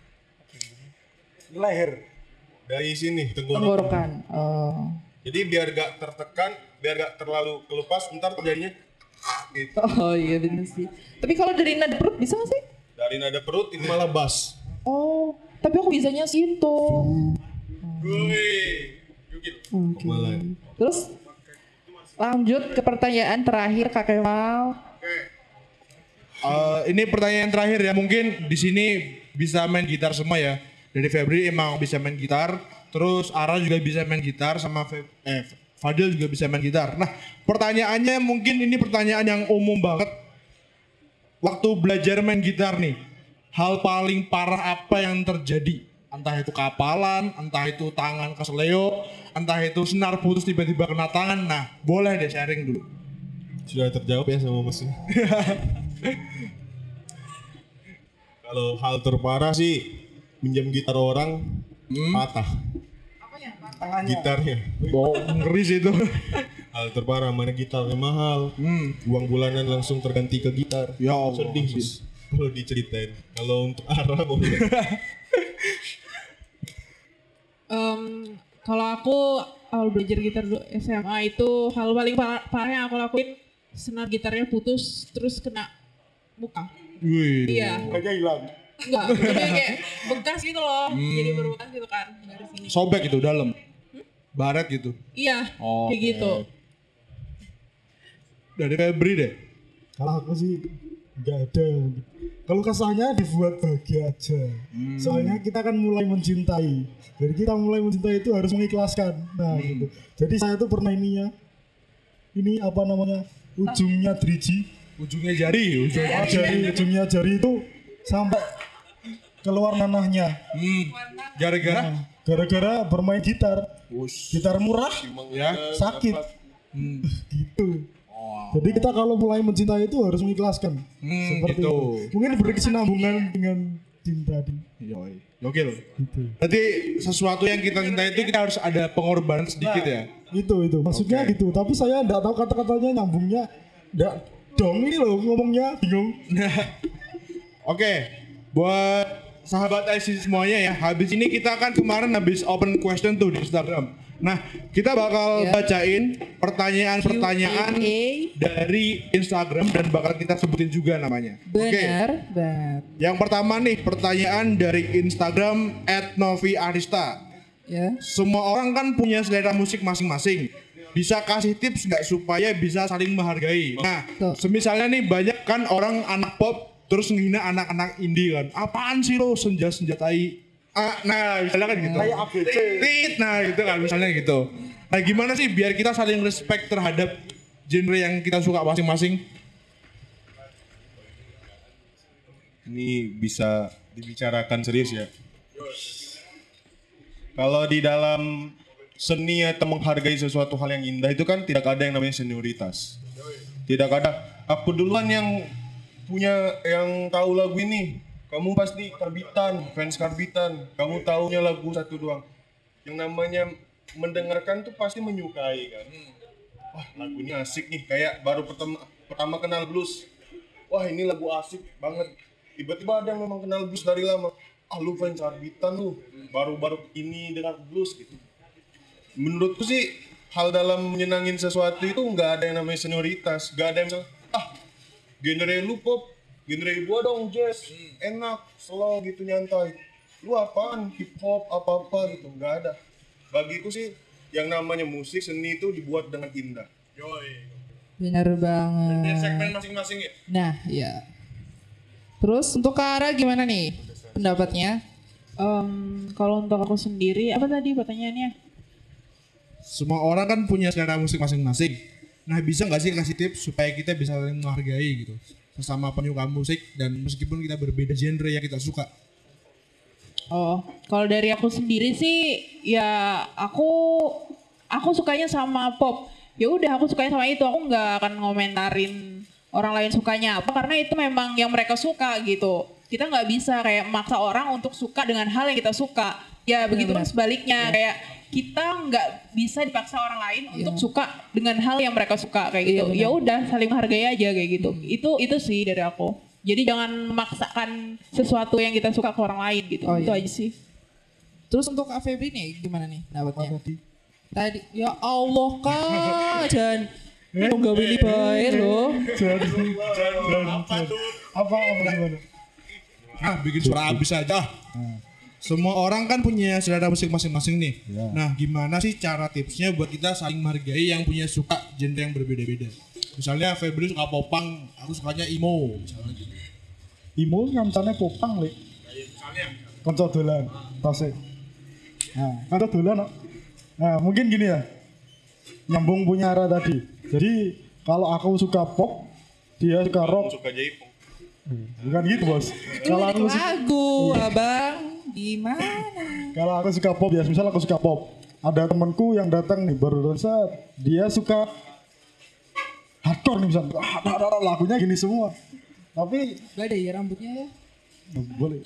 [SPEAKER 3] Leher.
[SPEAKER 6] sini tenggorokan.
[SPEAKER 1] Tenggorokan. Oh.
[SPEAKER 6] Jadi biar gak tertekan, biar gak terlalu kelepas, ntar terjadinya gitu.
[SPEAKER 1] Oh iya bener sih. Tapi kalau dari nada perut bisa gak sih?
[SPEAKER 6] Dari nada perut itu malah bass.
[SPEAKER 1] Oh, tapi aku bisanya situ.
[SPEAKER 6] Wih, gokil.
[SPEAKER 1] Oke.
[SPEAKER 6] Kemalan.
[SPEAKER 1] Terus lanjut ke pertanyaan terakhir Kak Kemal.
[SPEAKER 2] Ini pertanyaan terakhir ya, mungkin di sini bisa main gitar semua ya. Dari Febri emang bisa main gitar, terus Ara juga bisa main gitar, sama Fadil juga bisa main gitar. Nah, pertanyaannya mungkin ini pertanyaan yang umum banget. Waktu belajar main gitar nih, hal paling parah apa yang terjadi? Entah itu kapalan, entah itu tangan kesleo, entah itu senar putus tiba-tiba kena tangan. Nah, boleh deh sharing dulu.
[SPEAKER 6] Sudah terjawab ya sama masnya. Kalau hal terparah sih minjam gitar orang patah.
[SPEAKER 3] Tangannya.
[SPEAKER 6] Gitarnya.
[SPEAKER 2] Oh, ngeri sih itu.
[SPEAKER 6] Hal terparah mana gitarnya mahal. Uang bulanan langsung terganti ke gitar.
[SPEAKER 2] Ya Allah.
[SPEAKER 6] Sedih Gus. Kalau diceritain. Kalau untuk Ara boleh.
[SPEAKER 4] Kalau aku awal belajar gitar SMA itu hal paling parah yang aku lakuin senar gitarnya putus terus kena muka.
[SPEAKER 2] Wih.
[SPEAKER 4] Iya.
[SPEAKER 3] Kayaknya hilang.
[SPEAKER 4] Enggak, jadi kayak bekas gitu loh. Jadi berbekas gitu kan dari sini.
[SPEAKER 2] Sobek itu dalam. Baret gitu.
[SPEAKER 4] Iya,
[SPEAKER 2] Oh,
[SPEAKER 4] kayak gitu.
[SPEAKER 2] Dari Febri deh.
[SPEAKER 5] Kalau aku sih nggak ada. Kalau kesahnya dibuat bahagia aja. Soalnya kita kan mulai mencintai. Jadi kita mulai mencintai itu harus mengikhlaskan. Nah gitu. Jadi saya tuh pernah ini apa namanya, ujungnya driji.
[SPEAKER 2] Ujungnya jari.
[SPEAKER 5] Ujungnya jari itu sampai keluar nanahnya.
[SPEAKER 2] Gara-gara?
[SPEAKER 5] Gara-gara bermain gitar. Gitar murah
[SPEAKER 2] Ya.
[SPEAKER 5] sakit. Gitu. Jadi kita kalau mulai mencintai itu harus mengikhlaskan. Seperti
[SPEAKER 2] gitu.
[SPEAKER 5] itu. Mungkin berkesinambungan dengan cinta.
[SPEAKER 2] Yoi. Gokil.
[SPEAKER 5] Gitu.
[SPEAKER 2] Berarti sesuatu yang kita cintai itu kita harus ada pengorbanan sedikit ya.
[SPEAKER 5] Itu maksudnya gitu. Tapi saya enggak tahu kata-katanya nyambungnya. Enggak dong ini loh ngomongnya bingung.
[SPEAKER 2] Oke. Buat sahabat IC semuanya ya. Habis ini kita kan kemarin habis open question tuh di Instagram. Nah, kita bakal
[SPEAKER 1] Ya.
[SPEAKER 2] bacain pertanyaan-pertanyaan
[SPEAKER 1] Q&A.
[SPEAKER 2] dari Instagram dan bakal kita sebutin juga namanya. Oke.
[SPEAKER 1] Benar banget.
[SPEAKER 2] Yang pertama nih, pertanyaan dari Instagram @noviarista.
[SPEAKER 1] Ya.
[SPEAKER 2] Semua orang kan punya selera musik masing-masing. Bisa kasih tips nggak supaya bisa saling menghargai? Nah,
[SPEAKER 1] Tuh.
[SPEAKER 2] semisalnya nih banyak kan orang anak pop terus menghina anak-anak indie kan. Apaan sih lo senja-senjatai? Nah, misalnya kan gitu.
[SPEAKER 3] Kayak ABC.
[SPEAKER 2] Tit, nah gitu kan misalnya gitu. Nah, gimana sih biar kita saling respect terhadap genre yang kita suka masing-masing?
[SPEAKER 6] Ini bisa dibicarakan serius ya. Kalau di dalam seni atau menghargai sesuatu hal yang indah itu kan tidak ada yang namanya senioritas. Tidak ada. Aku duluan yang punya yang tahu lagu ini. Kamu pasti karbitan, fans karbitan. Kamu taunya lagu satu doang. Yang namanya mendengarkan tuh pasti menyukai kan. Wah, lagu ini asik nih. Kayak baru pertama kenal blues. Wah, ini lagu asik banget. Tiba-tiba ada yang memang kenal blues dari lama. Ah, lu fans karbitan lu. Baru-baru ini dengar blues gitu. Menurutku sih hal dalam menyenangin sesuatu itu nggak ada yang namanya senioritas. Nggak ada yang misal, genre lu pop, genre gua dong jazz, enak, slow gitu nyantai. Lu apaan, hip hop, apa-apa gitu, nggak ada. Bagiku sih yang namanya musik, seni itu dibuat dengan indah.
[SPEAKER 1] Benar banget.
[SPEAKER 6] Segmen masing-masing ya.
[SPEAKER 1] Nah, ya. Terus untuk Kara gimana nih pendapatnya?
[SPEAKER 4] Kalau untuk aku sendiri, apa tadi pertanyaannya?
[SPEAKER 2] Semua orang kan punya selera musik masing-masing. Nah, bisa nggak sih kasih tips supaya kita bisa saling menghargai gitu sesama penyuka musik dan meskipun kita berbeda genre yang kita suka.
[SPEAKER 4] Oh, kalau dari aku sendiri sih, ya aku sukanya sama pop. Ya udah, aku sukanya sama itu. Aku nggak akan ngomentarin orang lain sukanya apa karena itu memang yang mereka suka gitu. Kita nggak bisa kayak maksa orang untuk suka dengan hal yang kita suka. Ya begitu kan sebaliknya kayak kita nggak bisa dipaksa orang lain untuk suka dengan hal yang mereka suka kayak gitu. Ya udah, saling menghargai aja kayak gitu. Itu sih dari aku. Jadi jangan memaksakan sesuatu yang kita suka ke orang lain gitu.
[SPEAKER 1] Oh,
[SPEAKER 4] itu
[SPEAKER 1] iya.
[SPEAKER 4] aja sih.
[SPEAKER 1] Terus untuk Kak Febri nih gimana nih pendapatnya? Tadi ya Allah Kak, jangan nggak beli baik loh.
[SPEAKER 5] Apa gimana?
[SPEAKER 2] Nah, bikin suara habis aja. Semua orang kan punya selera musik masing-masing nih.
[SPEAKER 5] Ya.
[SPEAKER 2] Nah, gimana sih cara tipsnya buat kita saling menghargai yang punya suka genre yang berbeda-beda? Misalnya Febri suka popang, aku sukanya emo. Misalnya gitu.
[SPEAKER 5] Imo ngancane popang lek. Kanca dolan, tase. Nah, kanca dolan. Nah, mungkin gini ya. Nyambung punya arah tadi. Jadi kalau aku suka pop, dia suka rock.
[SPEAKER 6] Suka jaipong.
[SPEAKER 5] Bukan gitu, Bos.
[SPEAKER 1] Itu lirik lagu, abang. Gimana?
[SPEAKER 5] Kalau aku suka pop ya, misal aku suka pop. Ada temanku yang datang nih baru set, dia suka hardcore nih misalnya. Lagunya gini semua. Tapi
[SPEAKER 1] Gak ada ya rambutnya ya?
[SPEAKER 5] boleh.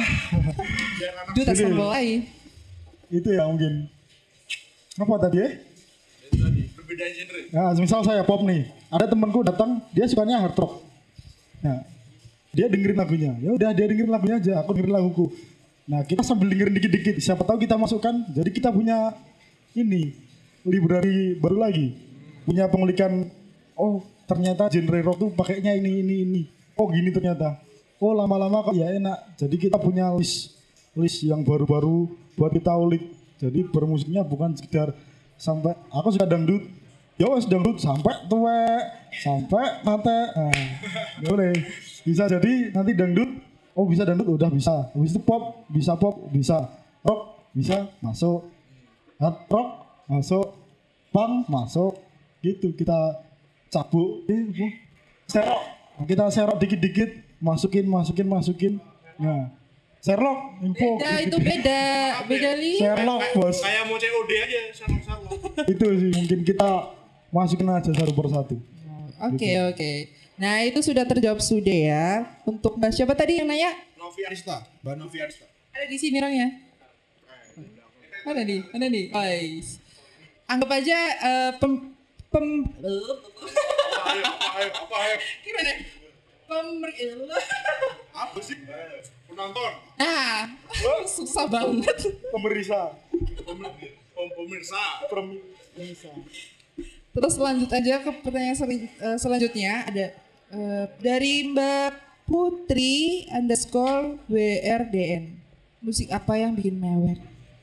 [SPEAKER 1] Itu tak sambal lain.
[SPEAKER 5] Itu ya mungkin. Apa tadi ya?
[SPEAKER 6] Berbeda genre.
[SPEAKER 5] Nah, misal saya pop nih, ada temanku datang, dia sukanya hard rock. Nah, dia dengerin lagunya. Ya udah dia dengerin lagunya aja, aku dengerin laguku. Nah, kita sambil dengerin dikit-dikit, siapa tahu kita masukkan. Jadi kita punya ini library baru lagi. Punya pengulikan, oh ternyata genre rock tuh pakainya ini. Oh gini ternyata. Oh lama-lama kok ya enak. Jadi kita punya list yang baru-baru buat kita ulik. Jadi bermusiknya bukan sekedar sampai aku suka dangdut. Ya wes dangdut sampai tuwek, sampai mate. Nah, boleh. Bisa jadi nanti dangdut. Oh bisa dangdut udah bisa. Habis itu pop, bisa rock, bisa masuk. Hard rock masuk, punk masuk. Gitu kita cabuk. Serok. Kita serok dikit-dikit, masukin. Nah, Sherlock info.
[SPEAKER 1] Beda, itu beda li.
[SPEAKER 5] Sherlock bos.
[SPEAKER 2] Kayak mau COD aja, Sherlock.
[SPEAKER 5] Itu sih mungkin kita masukin aja satu persatu.
[SPEAKER 1] Oke. Nah itu sudah terjawab sudah ya. Untuk Mbak siapa tadi yang nanya?
[SPEAKER 2] Novi Arista, Mbak Novi Arista.
[SPEAKER 1] Ada di sini orangnya. Ada nih. Guys. Anggap aja
[SPEAKER 2] Apa ayo?
[SPEAKER 1] gimana?
[SPEAKER 2] Apa sih? Penonton.
[SPEAKER 1] Nah, susah banget.
[SPEAKER 5] Pemerisa.
[SPEAKER 6] Pemirsa.
[SPEAKER 1] Terus lanjut aja ke pertanyaan selanjutnya ada dari Mbak Putri _WRDN. Musik apa yang bikin mewek?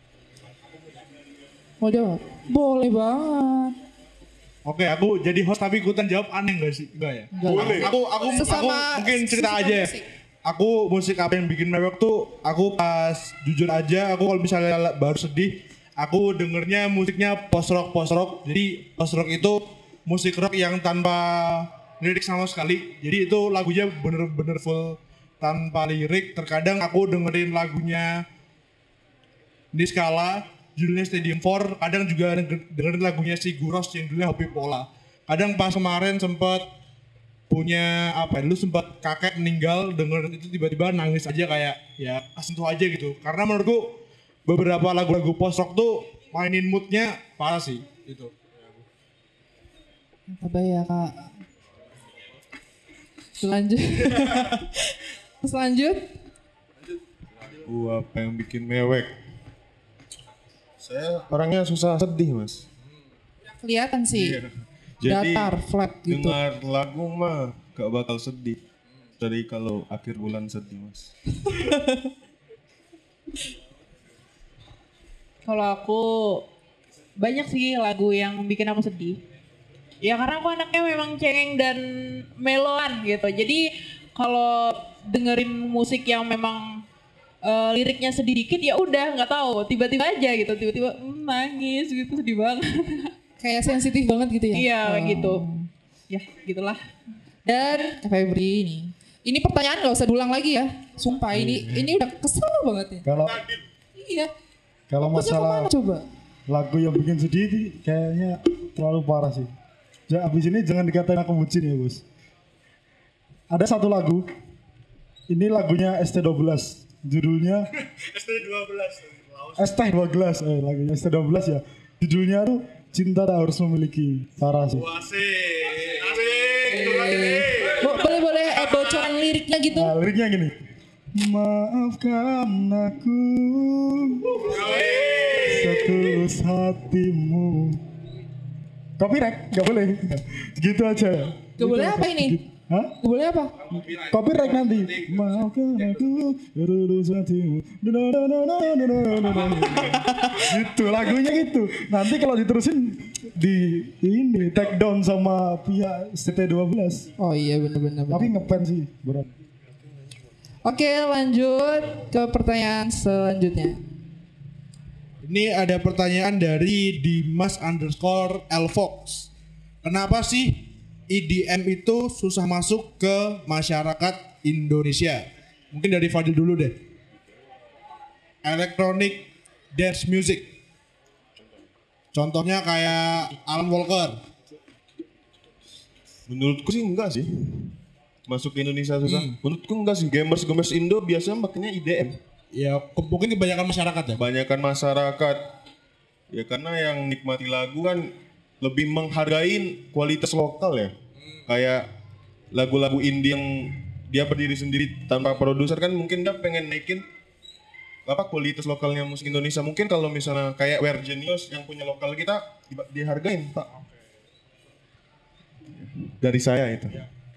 [SPEAKER 1] Mau jawab? Boleh banget.
[SPEAKER 2] Oke, aku jadi host tapi ikutan jawab aneh gak sih? Enggak ya?
[SPEAKER 1] Boleh.
[SPEAKER 2] Aku
[SPEAKER 1] Sesama-
[SPEAKER 2] mungkin cerita
[SPEAKER 1] sesama
[SPEAKER 2] aja ya.
[SPEAKER 1] musik.
[SPEAKER 2] Aku musik apa yang bikin mewek tuh, aku pas jujur aja, aku kalau misalnya baru sedih, aku dengernya musiknya post rock. Jadi post rock itu musik rock yang tanpa lirik sama sekali. Jadi itu lagunya bener-bener full tanpa lirik. Terkadang aku dengerin lagunya Niskala, judulnya Stadium 4. Kadang juga dengerin lagunya si Guros yang judulnya Hopi Pola. Kadang pas kemarin sempat punya lu sempat kakek meninggal, dengerin itu tiba-tiba nangis aja kayak ya kesentuh aja gitu. Karena menurutku beberapa lagu-lagu post rock tuh mainin moodnya parah sih gitu.
[SPEAKER 1] Apa ya kak? Selanjut. Selanjut.
[SPEAKER 6] Apa yang bikin mewek? Saya orangnya susah sedih, Mas.
[SPEAKER 1] Kelihatan sih.
[SPEAKER 6] Jadi
[SPEAKER 1] Datar, flat gitu.
[SPEAKER 6] dengar lagu mah gak bakal sedih. Dari kalau akhir bulan sedih, Mas.
[SPEAKER 4] Kalau aku banyak sih lagu yang bikin aku sedih. Ya karena aku anaknya memang cengeng dan meloan gitu. Jadi kalau dengerin musik yang memang liriknya sedih dikit ya udah nggak tahu tiba-tiba aja gitu tiba-tiba nangis gitu sedih banget.
[SPEAKER 1] Kayak sensitif banget gitu ya?
[SPEAKER 4] Iya
[SPEAKER 1] Oh.
[SPEAKER 4] gitu. Ya gitulah.
[SPEAKER 1] Dan Febri ini pertanyaan nggak usah diulang lagi ya. Sumpah ini udah kesel banget ya.
[SPEAKER 5] Kalau
[SPEAKER 1] Iya.
[SPEAKER 5] kalau
[SPEAKER 1] Fokusnya
[SPEAKER 5] masalah
[SPEAKER 1] kemana coba?
[SPEAKER 5] lagu yang bikin sedih ini kayaknya terlalu parah sih. Ya abis ini jangan dikatain aku bucin ya bos. Ada satu lagu, ini lagunya ST12, judulnya ST12, lagunya ST12 ya. Judulnya tuh Cinta Tak Harus Memiliki, parah sih.
[SPEAKER 1] Boleh bocoran liriknya gitu?
[SPEAKER 5] Nah, liriknya gini. Maafkan aku setulus hatimu. Copyright, gak boleh. Gitu aja.
[SPEAKER 1] Gak boleh apa ini?
[SPEAKER 5] Hah?
[SPEAKER 1] Gak boleh apa?
[SPEAKER 5] Copyright nanti. Maafkan aku setulus hatimu. Gitu lagunya gitu. Nanti kalau diterusin di ini take down sama pihak ST12.
[SPEAKER 1] Oh iya bener-bener.
[SPEAKER 5] Tapi ngepen sih, berat.
[SPEAKER 1] Oke lanjut ke pertanyaan selanjutnya.
[SPEAKER 2] Ini ada pertanyaan dari Dimas_Lfox. Kenapa sih EDM itu susah masuk ke masyarakat Indonesia? Mungkin dari Fadil dulu deh. Electronic dance music. Contohnya kayak Alan Walker.
[SPEAKER 6] Menurutku sih enggak sih. Masuk ke Indonesia susah. Menurutku enggak sih. Gamers Indo biasanya makanya IDM.
[SPEAKER 2] Ya mungkin kebanyakan masyarakat ya.
[SPEAKER 6] Kebanyakan masyarakat. Ya karena yang nikmati lagu kan lebih menghargai kualitas lokal ya. Kayak lagu-lagu indie yang dia berdiri sendiri tanpa produser kan mungkin dia pengen naikin kualitas lokalnya musik Indonesia. Mungkin kalau misalnya kayak We're Genius yang punya lokal kita dihargain, Pak. Dari saya itu.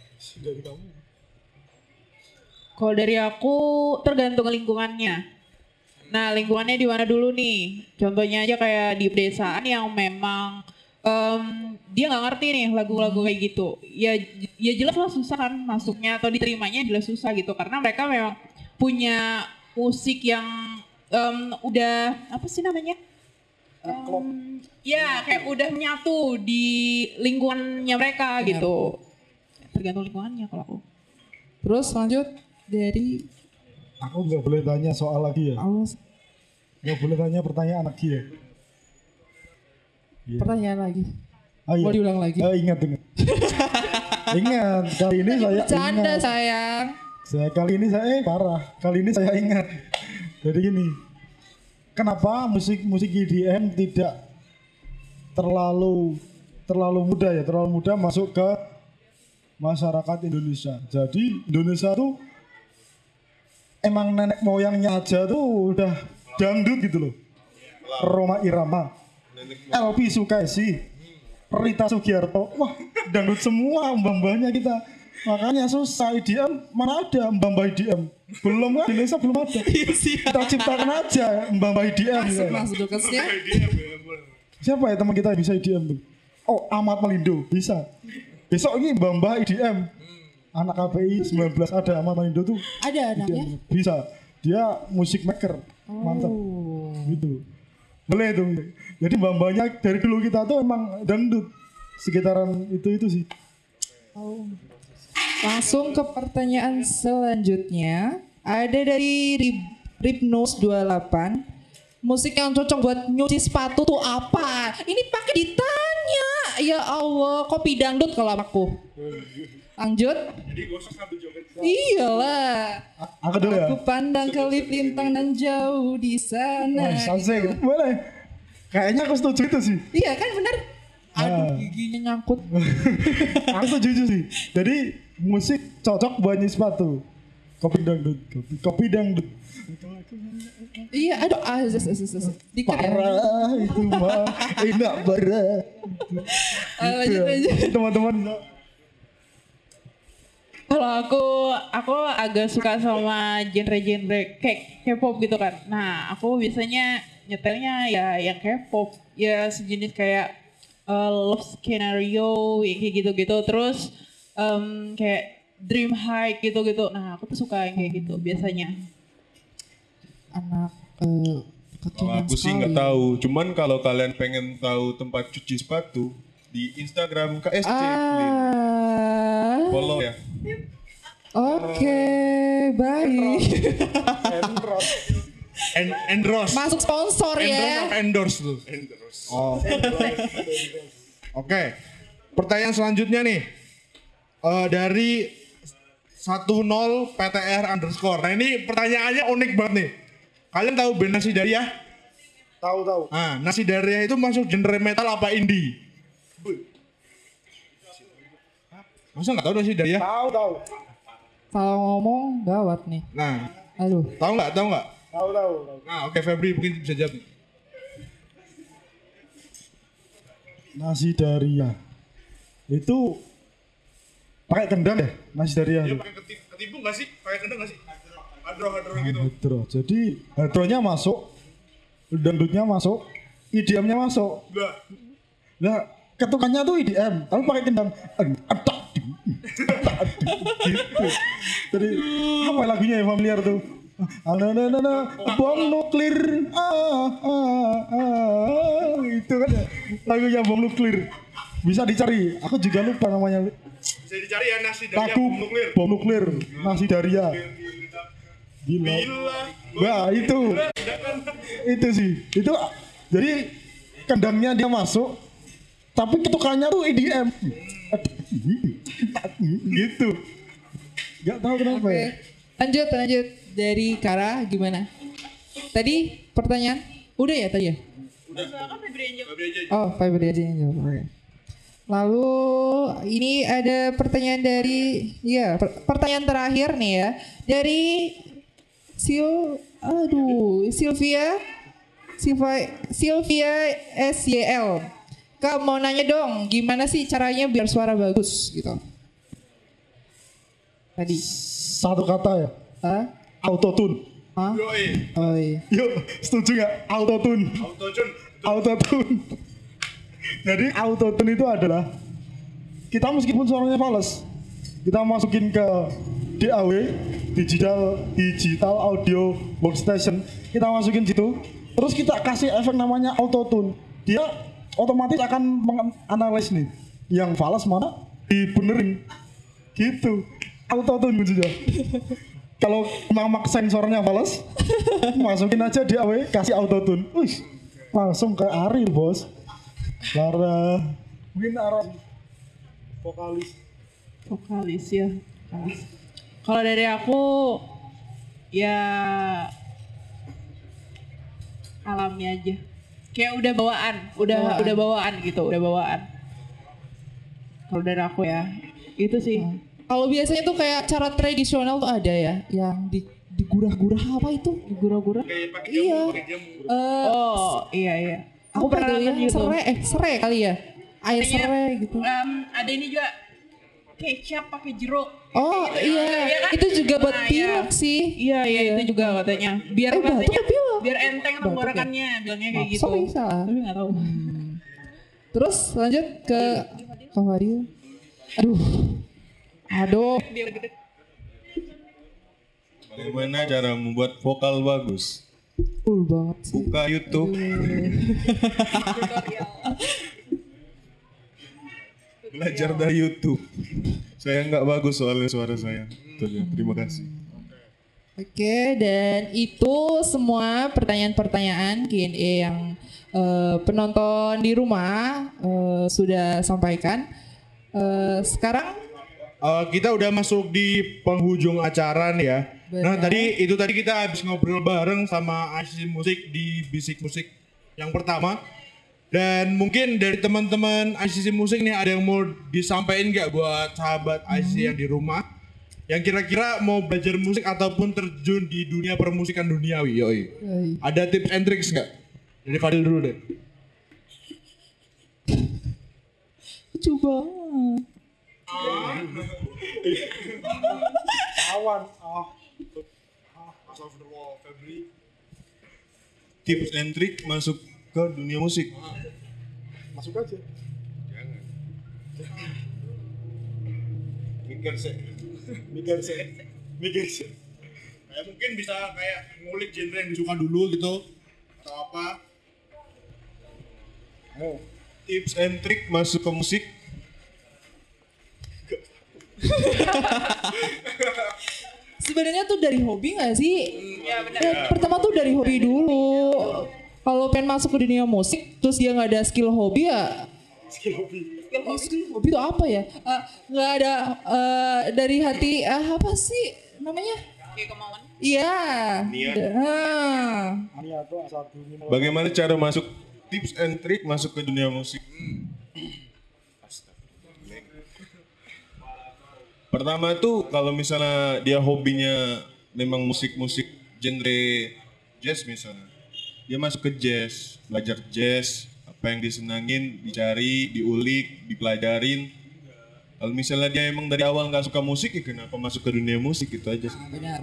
[SPEAKER 4] Kalau dari aku tergantung lingkungannya. Nah lingkungannya di mana dulu nih? Contohnya aja kayak di pedesaan yang memang dia nggak ngerti nih lagu-lagu kayak gitu. Ya jelas lah susah kan masuknya atau diterimanya jelas susah gitu. Karena mereka memang punya musik yang udah apa sih namanya? Ya kayak udah nyatu di lingkungannya mereka gitu. Tergantung lingkungannya kalau aku.
[SPEAKER 1] Terus lanjut dari
[SPEAKER 5] Aku nggak boleh tanya soal lagi ya.
[SPEAKER 1] awas
[SPEAKER 5] Nggak boleh tanya pertanyaan lagi ya. Iya.
[SPEAKER 1] pertanyaan lagi.
[SPEAKER 5] Oh, iya.
[SPEAKER 1] Mau diulang lagi?
[SPEAKER 5] Ingat. Ingat, kali ini saya
[SPEAKER 1] Bercanda
[SPEAKER 5] ingat.
[SPEAKER 1] sayang.
[SPEAKER 5] Kali ini saya parah. Kali ini saya ingat. Jadi gini. Kenapa musik EDM tidak terlalu mudah masuk ke masyarakat Indonesia. Jadi Indonesia tuh emang nenek moyangnya aja tuh udah dangdut gitu loh. Roma Irama. Elvi Sukaisi, Rita Sugiarto, wah dangdut semua mbah-mbahnya kita. Makanya susah IDM, mana ada mbah-mbah IDM? Belum kan, di Indonesia belum ada. Kita ciptakan aja mbah-mbah IDM.
[SPEAKER 1] Masuk Dukesnya.
[SPEAKER 5] Siapa ya teman kita yang bisa IDM tuh? Oh, Ahmad Malindo, bisa. Besok ini mbah-mbah IDM. Anak KPI 19 ada Ahmad Malindo tuh.
[SPEAKER 1] Ada anaknya?
[SPEAKER 5] IDM. Bisa. Dia musik maker. Mantap. Gitu. Boleh tuh. Jadi mbah-mbahnya dari dulu kita tuh emang dangdut. Sekitaran itu sih.
[SPEAKER 1] Langsung ke pertanyaan selanjutnya. Ada dari Ripnos 28. Musik yang cocok buat nyuci sepatu tuh apa? Ini pakai ditanya. Ya Allah, kopi dangdut kalau aku. Lanjut.
[SPEAKER 2] Jadi gosok sambil joget.
[SPEAKER 1] Iyalah.
[SPEAKER 5] Aku dulu ya.
[SPEAKER 1] Aku pandang kelip lintang dan jauh di sana.
[SPEAKER 5] Salseng. Boleh. Kayaknya aku setuju itu sih.
[SPEAKER 1] Iya kan benar. Aduh giginya nyangkut.
[SPEAKER 5] Aku setuju sih. Jadi musik cocok buat nyuci sepatu. Kopi dangdut. Kopi dangdut.
[SPEAKER 1] Iya, aduh, dikit ya.
[SPEAKER 5] Parah itu mah. Enak banget.
[SPEAKER 1] Lanjut.
[SPEAKER 5] Teman-teman.
[SPEAKER 4] Kalau aku agak suka sama genre-genre kayak K-pop gitu kan. Nah, aku biasanya nyetelnya ya yang K-pop, ya sejenis kayak Love Scenario kayak gitu-gitu. Terus kayak Dream High gitu-gitu. Nah, aku tuh suka yang kayak gitu biasanya.
[SPEAKER 1] Anak
[SPEAKER 6] Kalau
[SPEAKER 1] kekinian
[SPEAKER 6] aku sih
[SPEAKER 1] sekali.
[SPEAKER 6] nggak tahu. Cuman kalau kalian pengen tahu tempat cuci sepatu di Instagram KSC, follow ya.
[SPEAKER 1] Oke, baik.
[SPEAKER 2] Endorse.
[SPEAKER 1] Masuk sponsor ya.
[SPEAKER 2] Endorse tuh. Oh. Oke. Pertanyaan selanjutnya nih. Dari 10 PTR underscore. Nah ini pertanyaannya unik banget nih. Kalian tahu band Nasi Daria?
[SPEAKER 3] Tahu.
[SPEAKER 2] Nah, Nasi Daria itu masuk genre metal apa indie? Masa nggak tahu Nasi Daria?
[SPEAKER 3] Tahu.
[SPEAKER 1] Kalau ngomong gawat nih.
[SPEAKER 2] Nah,
[SPEAKER 1] Aduh.
[SPEAKER 2] tahu nggak?
[SPEAKER 3] Tahu.
[SPEAKER 2] Nah, oke Febri mungkin bisa jawab.
[SPEAKER 5] Nasi Daria. Itu pakai kendang ya? Nasi Daria.
[SPEAKER 2] Dia
[SPEAKER 5] itu?
[SPEAKER 2] pakai ketipu nggak sih? Pakai kendang nggak sih? Hadro gitu.
[SPEAKER 5] Hadro. Jadi hadronya masuk, dangdutnya masuk, IDM-nya masuk. Nah, ketukannya tuh IDM, tapi pakai kendang. Gitu. Jadi apa lagunya yang familiar tuh? Bom nuklir. Itu kan ya, lagunya bom nuklir. Bisa dicari. Aku juga lupa namanya.
[SPEAKER 2] Bisa dicari ya Nasi Daria
[SPEAKER 5] Lagu
[SPEAKER 2] bom nuklir.
[SPEAKER 5] Nasi Daria. Bila. Wah itu sih. Itu jadi kendangnya dia masuk, tapi ketukannya tuh EDM. Gitu. Gak tahu kenapa ya.
[SPEAKER 1] Lanjut dari Kara gimana? Tadi pertanyaan udah ya tadi ya? Oh, Febri aja yang jawab. Oke. Lalu ini ada pertanyaan dari pertanyaan terakhir nih ya dari Sylvia SYL. Kak mau nanya dong, gimana sih caranya biar suara bagus gitu? Tadi.
[SPEAKER 5] Satu kata ya.
[SPEAKER 1] Hah?
[SPEAKER 5] Autotune.
[SPEAKER 1] Hah?
[SPEAKER 2] Yoi.
[SPEAKER 1] Oh iya.
[SPEAKER 5] Yuk, setuju gak? Autotune. Autotune. Jadi autotune itu adalah kita meskipun suaranya fals, kita masukin ke DAW, digital audio workstation, kita masukin situ, terus kita kasih efek namanya autotune. Dia otomatis akan menganalisis nih, yang fals mana dibenerin, gitu. Autotune kuncinya. Kalau memang maksain suaranya fals, masukin aja DAW, kasih autotune. Wih, langsung ke Ariel bos. Lara, mungkin Arab
[SPEAKER 4] Vokalis ya. Kalau dari aku ya alami aja. Kayak udah bawaan gitu, udah bawaan. Kalau dari aku ya, itu sih.
[SPEAKER 1] Kalau biasanya tuh kayak cara tradisional tuh ada ya, yang digurah-gurah apa itu?
[SPEAKER 4] Digurah-gurah.
[SPEAKER 2] Kayak pakai
[SPEAKER 1] Iya.
[SPEAKER 2] jamu.
[SPEAKER 4] Oh, iya. Aku
[SPEAKER 1] Apa
[SPEAKER 4] pernah
[SPEAKER 1] tuh ya?
[SPEAKER 4] nonton juga.
[SPEAKER 1] Serai kali ya? Air
[SPEAKER 4] Katanya,
[SPEAKER 1] serai gitu.
[SPEAKER 4] ada ini juga kecap pakai jeruk.
[SPEAKER 1] Oh iya,
[SPEAKER 4] Iya kan?
[SPEAKER 1] itu juga buat
[SPEAKER 4] Nah,
[SPEAKER 1] pilek sih.
[SPEAKER 4] Iya itu juga katanya. Biar
[SPEAKER 1] batuk
[SPEAKER 4] katanya
[SPEAKER 1] ya pilek.
[SPEAKER 4] biar enteng
[SPEAKER 1] Batuk
[SPEAKER 4] tenggorokannya, bilangnya kayak gitu.
[SPEAKER 1] Sorry, salah.
[SPEAKER 4] Tapi nggak tahu.
[SPEAKER 1] Terus lanjut ke Kak Fadil. Aduh.
[SPEAKER 6] Bagaimana cara membuat vokal bagus?
[SPEAKER 1] Cool banget sih.
[SPEAKER 6] Buka YouTube. Belajar dari YouTube. Saya nggak bagus soalnya suara saya. Itu aja. Terima kasih.
[SPEAKER 1] Oke, dan itu semua pertanyaan-pertanyaan Q&A yang penonton di rumah sudah sampaikan. Sekarang
[SPEAKER 2] Kita udah masuk di penghujung acara nih ya. Nah
[SPEAKER 1] Benar.
[SPEAKER 2] tadi kita habis ngobrol bareng sama ICC Musik di Bisik Musik yang pertama. Dan mungkin dari teman-teman ICC Musik nih ada yang mau disampaikan nggak buat sahabat ICC yang di rumah? Yang kira-kira mau belajar musik ataupun terjun di dunia permusikan duniawi, yoi. Ada tips and tricks nggak? Dari Fadil dulu deh.
[SPEAKER 1] coba.
[SPEAKER 3] Awan.
[SPEAKER 6] Tips and trick masuk ke dunia musik.
[SPEAKER 3] Masuk aja.
[SPEAKER 6] Mikir sih.
[SPEAKER 2] Kayak mungkin bisa kayak ngulik genre yang disuka dulu gitu atau apa?
[SPEAKER 6] Tips and trick masuk ke musik.
[SPEAKER 1] Sebenarnya tuh dari hobi nggak sih? Pertama tuh dari hobi dulu. Kalau pengen masuk ke dunia musik, terus dia nggak ada skill hobi ya? Skill hobi itu apa ya? Nggak ada dari hati apa sih namanya?
[SPEAKER 4] Kayak kemauan.
[SPEAKER 1] Iya.
[SPEAKER 6] Niat.
[SPEAKER 3] Ini atau asal bunyi.
[SPEAKER 6] Bagaimana cara masuk tips and trick masuk ke dunia musik? Pertama tuh kalau misalnya dia hobinya memang musik-musik genre jazz misalnya. Dia masuk ke jazz, belajar jazz, apa yang disenangin, dicari, diulik, dipelajarin. Kalau misalnya dia emang dari awal nggak suka musik, ya kenapa masuk ke dunia musik itu aja sih.
[SPEAKER 1] Benar.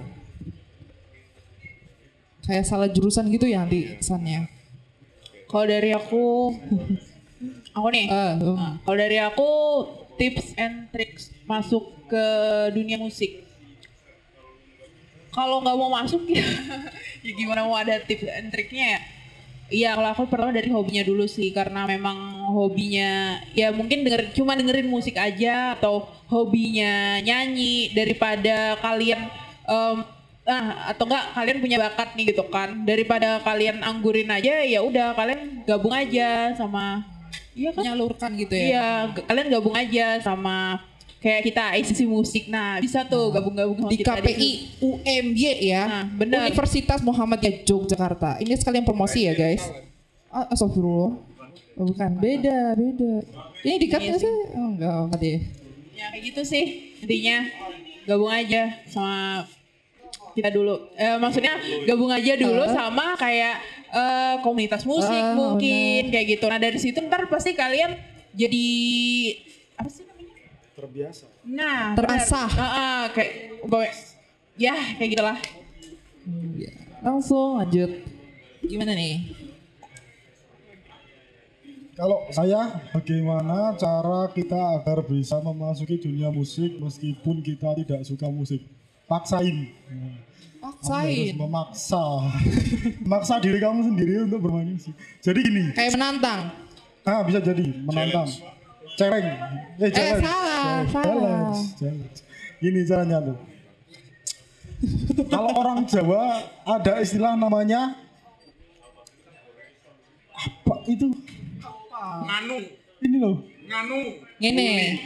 [SPEAKER 1] Kayak salah jurusan gitu ya nanti kesannya.
[SPEAKER 4] Kalau dari aku nih. Kalau dari aku tips and tricks masuk ke dunia musik. Kalau nggak mau masuk ya, ya gimana mau ada tips and triknya ya? Iya, kalau aku pertama dari hobinya dulu sih, karena memang hobinya ya mungkin cuma dengerin musik aja atau hobinya nyanyi daripada kalian atau enggak kalian punya bakat nih gitu kan, daripada kalian anggurin aja ya udah kalian gabung aja sama iya kan?
[SPEAKER 1] Menyalurkan gitu ya.
[SPEAKER 4] Iya, kalian gabung aja sama kayak kita ICC Musik. Nah, bisa tuh gabung-gabung sama
[SPEAKER 1] Di
[SPEAKER 4] kita
[SPEAKER 1] KPI UMY ya.
[SPEAKER 4] Nah, benar.
[SPEAKER 1] Universitas Muhammadiyah Yogyakarta. Ini sekalian promosi ya guys. Astagfirullah. Oh, bukan, beda. Ini dikat nggak sih? Oh, enggak deh.
[SPEAKER 4] Ya kayak gitu sih. Intinya gabung aja sama kita dulu. Maksudnya gabung aja dulu sama kayak komunitas musik mungkin kayak gitu. Nah, dari situ ntar pasti kalian jadi apa sih namanya?
[SPEAKER 3] Terbiasa.
[SPEAKER 4] Nah,
[SPEAKER 1] Terasah.
[SPEAKER 4] kayak ya kayak gitulah.
[SPEAKER 1] Langsung lanjut. Gimana nih?
[SPEAKER 5] Kalau saya, bagaimana cara kita agar bisa memasuki dunia musik meskipun kita tidak suka musik? Paksain. Harus
[SPEAKER 1] Paksain.
[SPEAKER 5] Memaksa diri kamu sendiri untuk bermain musik. Jadi gini,
[SPEAKER 1] Kayak menantang.
[SPEAKER 5] bisa jadi menantang. Challenge.
[SPEAKER 1] Salah.
[SPEAKER 5] Gini caranya tuh. Kalau orang Jawa ada istilah namanya apa itu?
[SPEAKER 2] Nganu,
[SPEAKER 5] Ini loh.
[SPEAKER 1] Gini.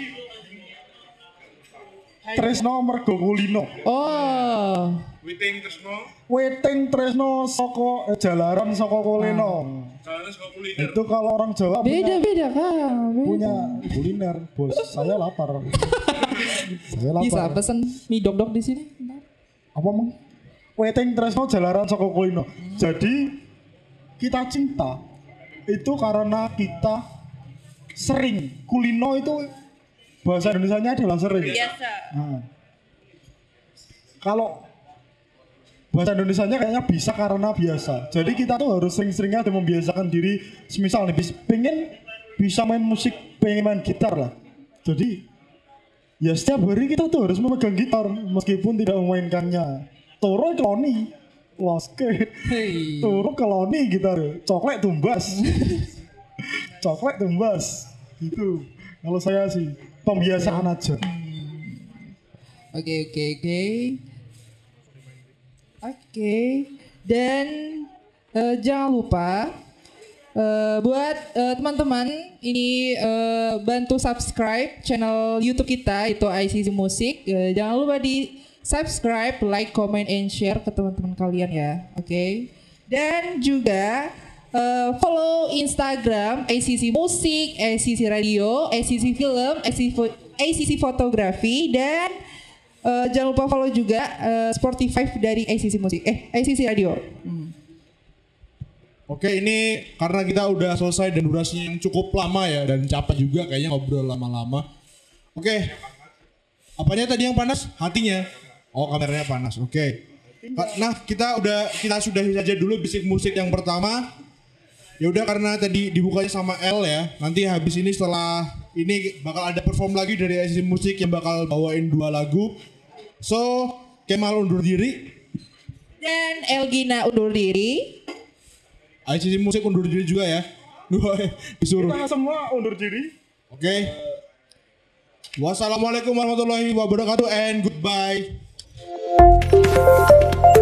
[SPEAKER 5] Tresno mergo kulino.
[SPEAKER 1] Oh.
[SPEAKER 2] Witing Tresno,
[SPEAKER 5] Weting Tresno saka jalaran saka kulino.
[SPEAKER 2] jalan suka kuliner.
[SPEAKER 5] Itu kalau orang Jawa
[SPEAKER 1] Beda kan.
[SPEAKER 5] punya kuliner, bos. Saya lapar. Saya lapar.
[SPEAKER 1] Bisa pesen mie dok di sini.
[SPEAKER 5] Apa mang? Weting Tresno jalaran saka kulino. Jadi kita cinta itu karena kita sering. Kulino itu bahasa Indonesianya adalah sering.
[SPEAKER 7] Biasa.
[SPEAKER 5] Nah, kalau bahasa Indonesianya kayaknya bisa karena biasa. Jadi kita tuh harus sering-sering aja membiasakan diri. Semisal nih, pengen bisa main musik, pengen main gitar lah. Jadi ya setiap hari kita tuh harus memegang gitar meskipun tidak memainkannya. Toro keloni, loske, toro keloni gitar, coklat tumbas, coklat tumbas, gitu. Kalau saya sih pembiasaan aja.
[SPEAKER 1] Oke. Dan jangan lupa buat teman-teman ini bantu subscribe channel YouTube kita itu ICC Musik. Jangan lupa di subscribe, like, comment, and share ke teman-teman kalian ya. Oke. Dan juga follow Instagram ICC Musik, ICC Radio, ICC Film, ICC Fotografi, dan jangan lupa follow juga Spotify dari ICC Musik, ICC Radio.
[SPEAKER 2] Oke, ini karena kita udah selesai dan durasinya yang cukup lama ya dan capek juga kayaknya ngobrol lama-lama. Oke. Apanya tadi yang panas? Hatinya. Oh, kameranya panas. Oke. Nah, kita sudahi saja dulu bisik musik yang pertama. Ya udah karena tadi dibukanya sama L ya. Nanti habis ini setelah ini bakal ada perform lagi dari ICC Musik yang bakal bawain 2 lagu. So, Kemal undur diri.
[SPEAKER 1] Dan Elgina undur diri.
[SPEAKER 2] ICC Musik undur diri juga ya. Disuruh.
[SPEAKER 3] Kita semua undur diri.
[SPEAKER 2] Oke. Wassalamualaikum warahmatullahi wabarakatuh and goodbye.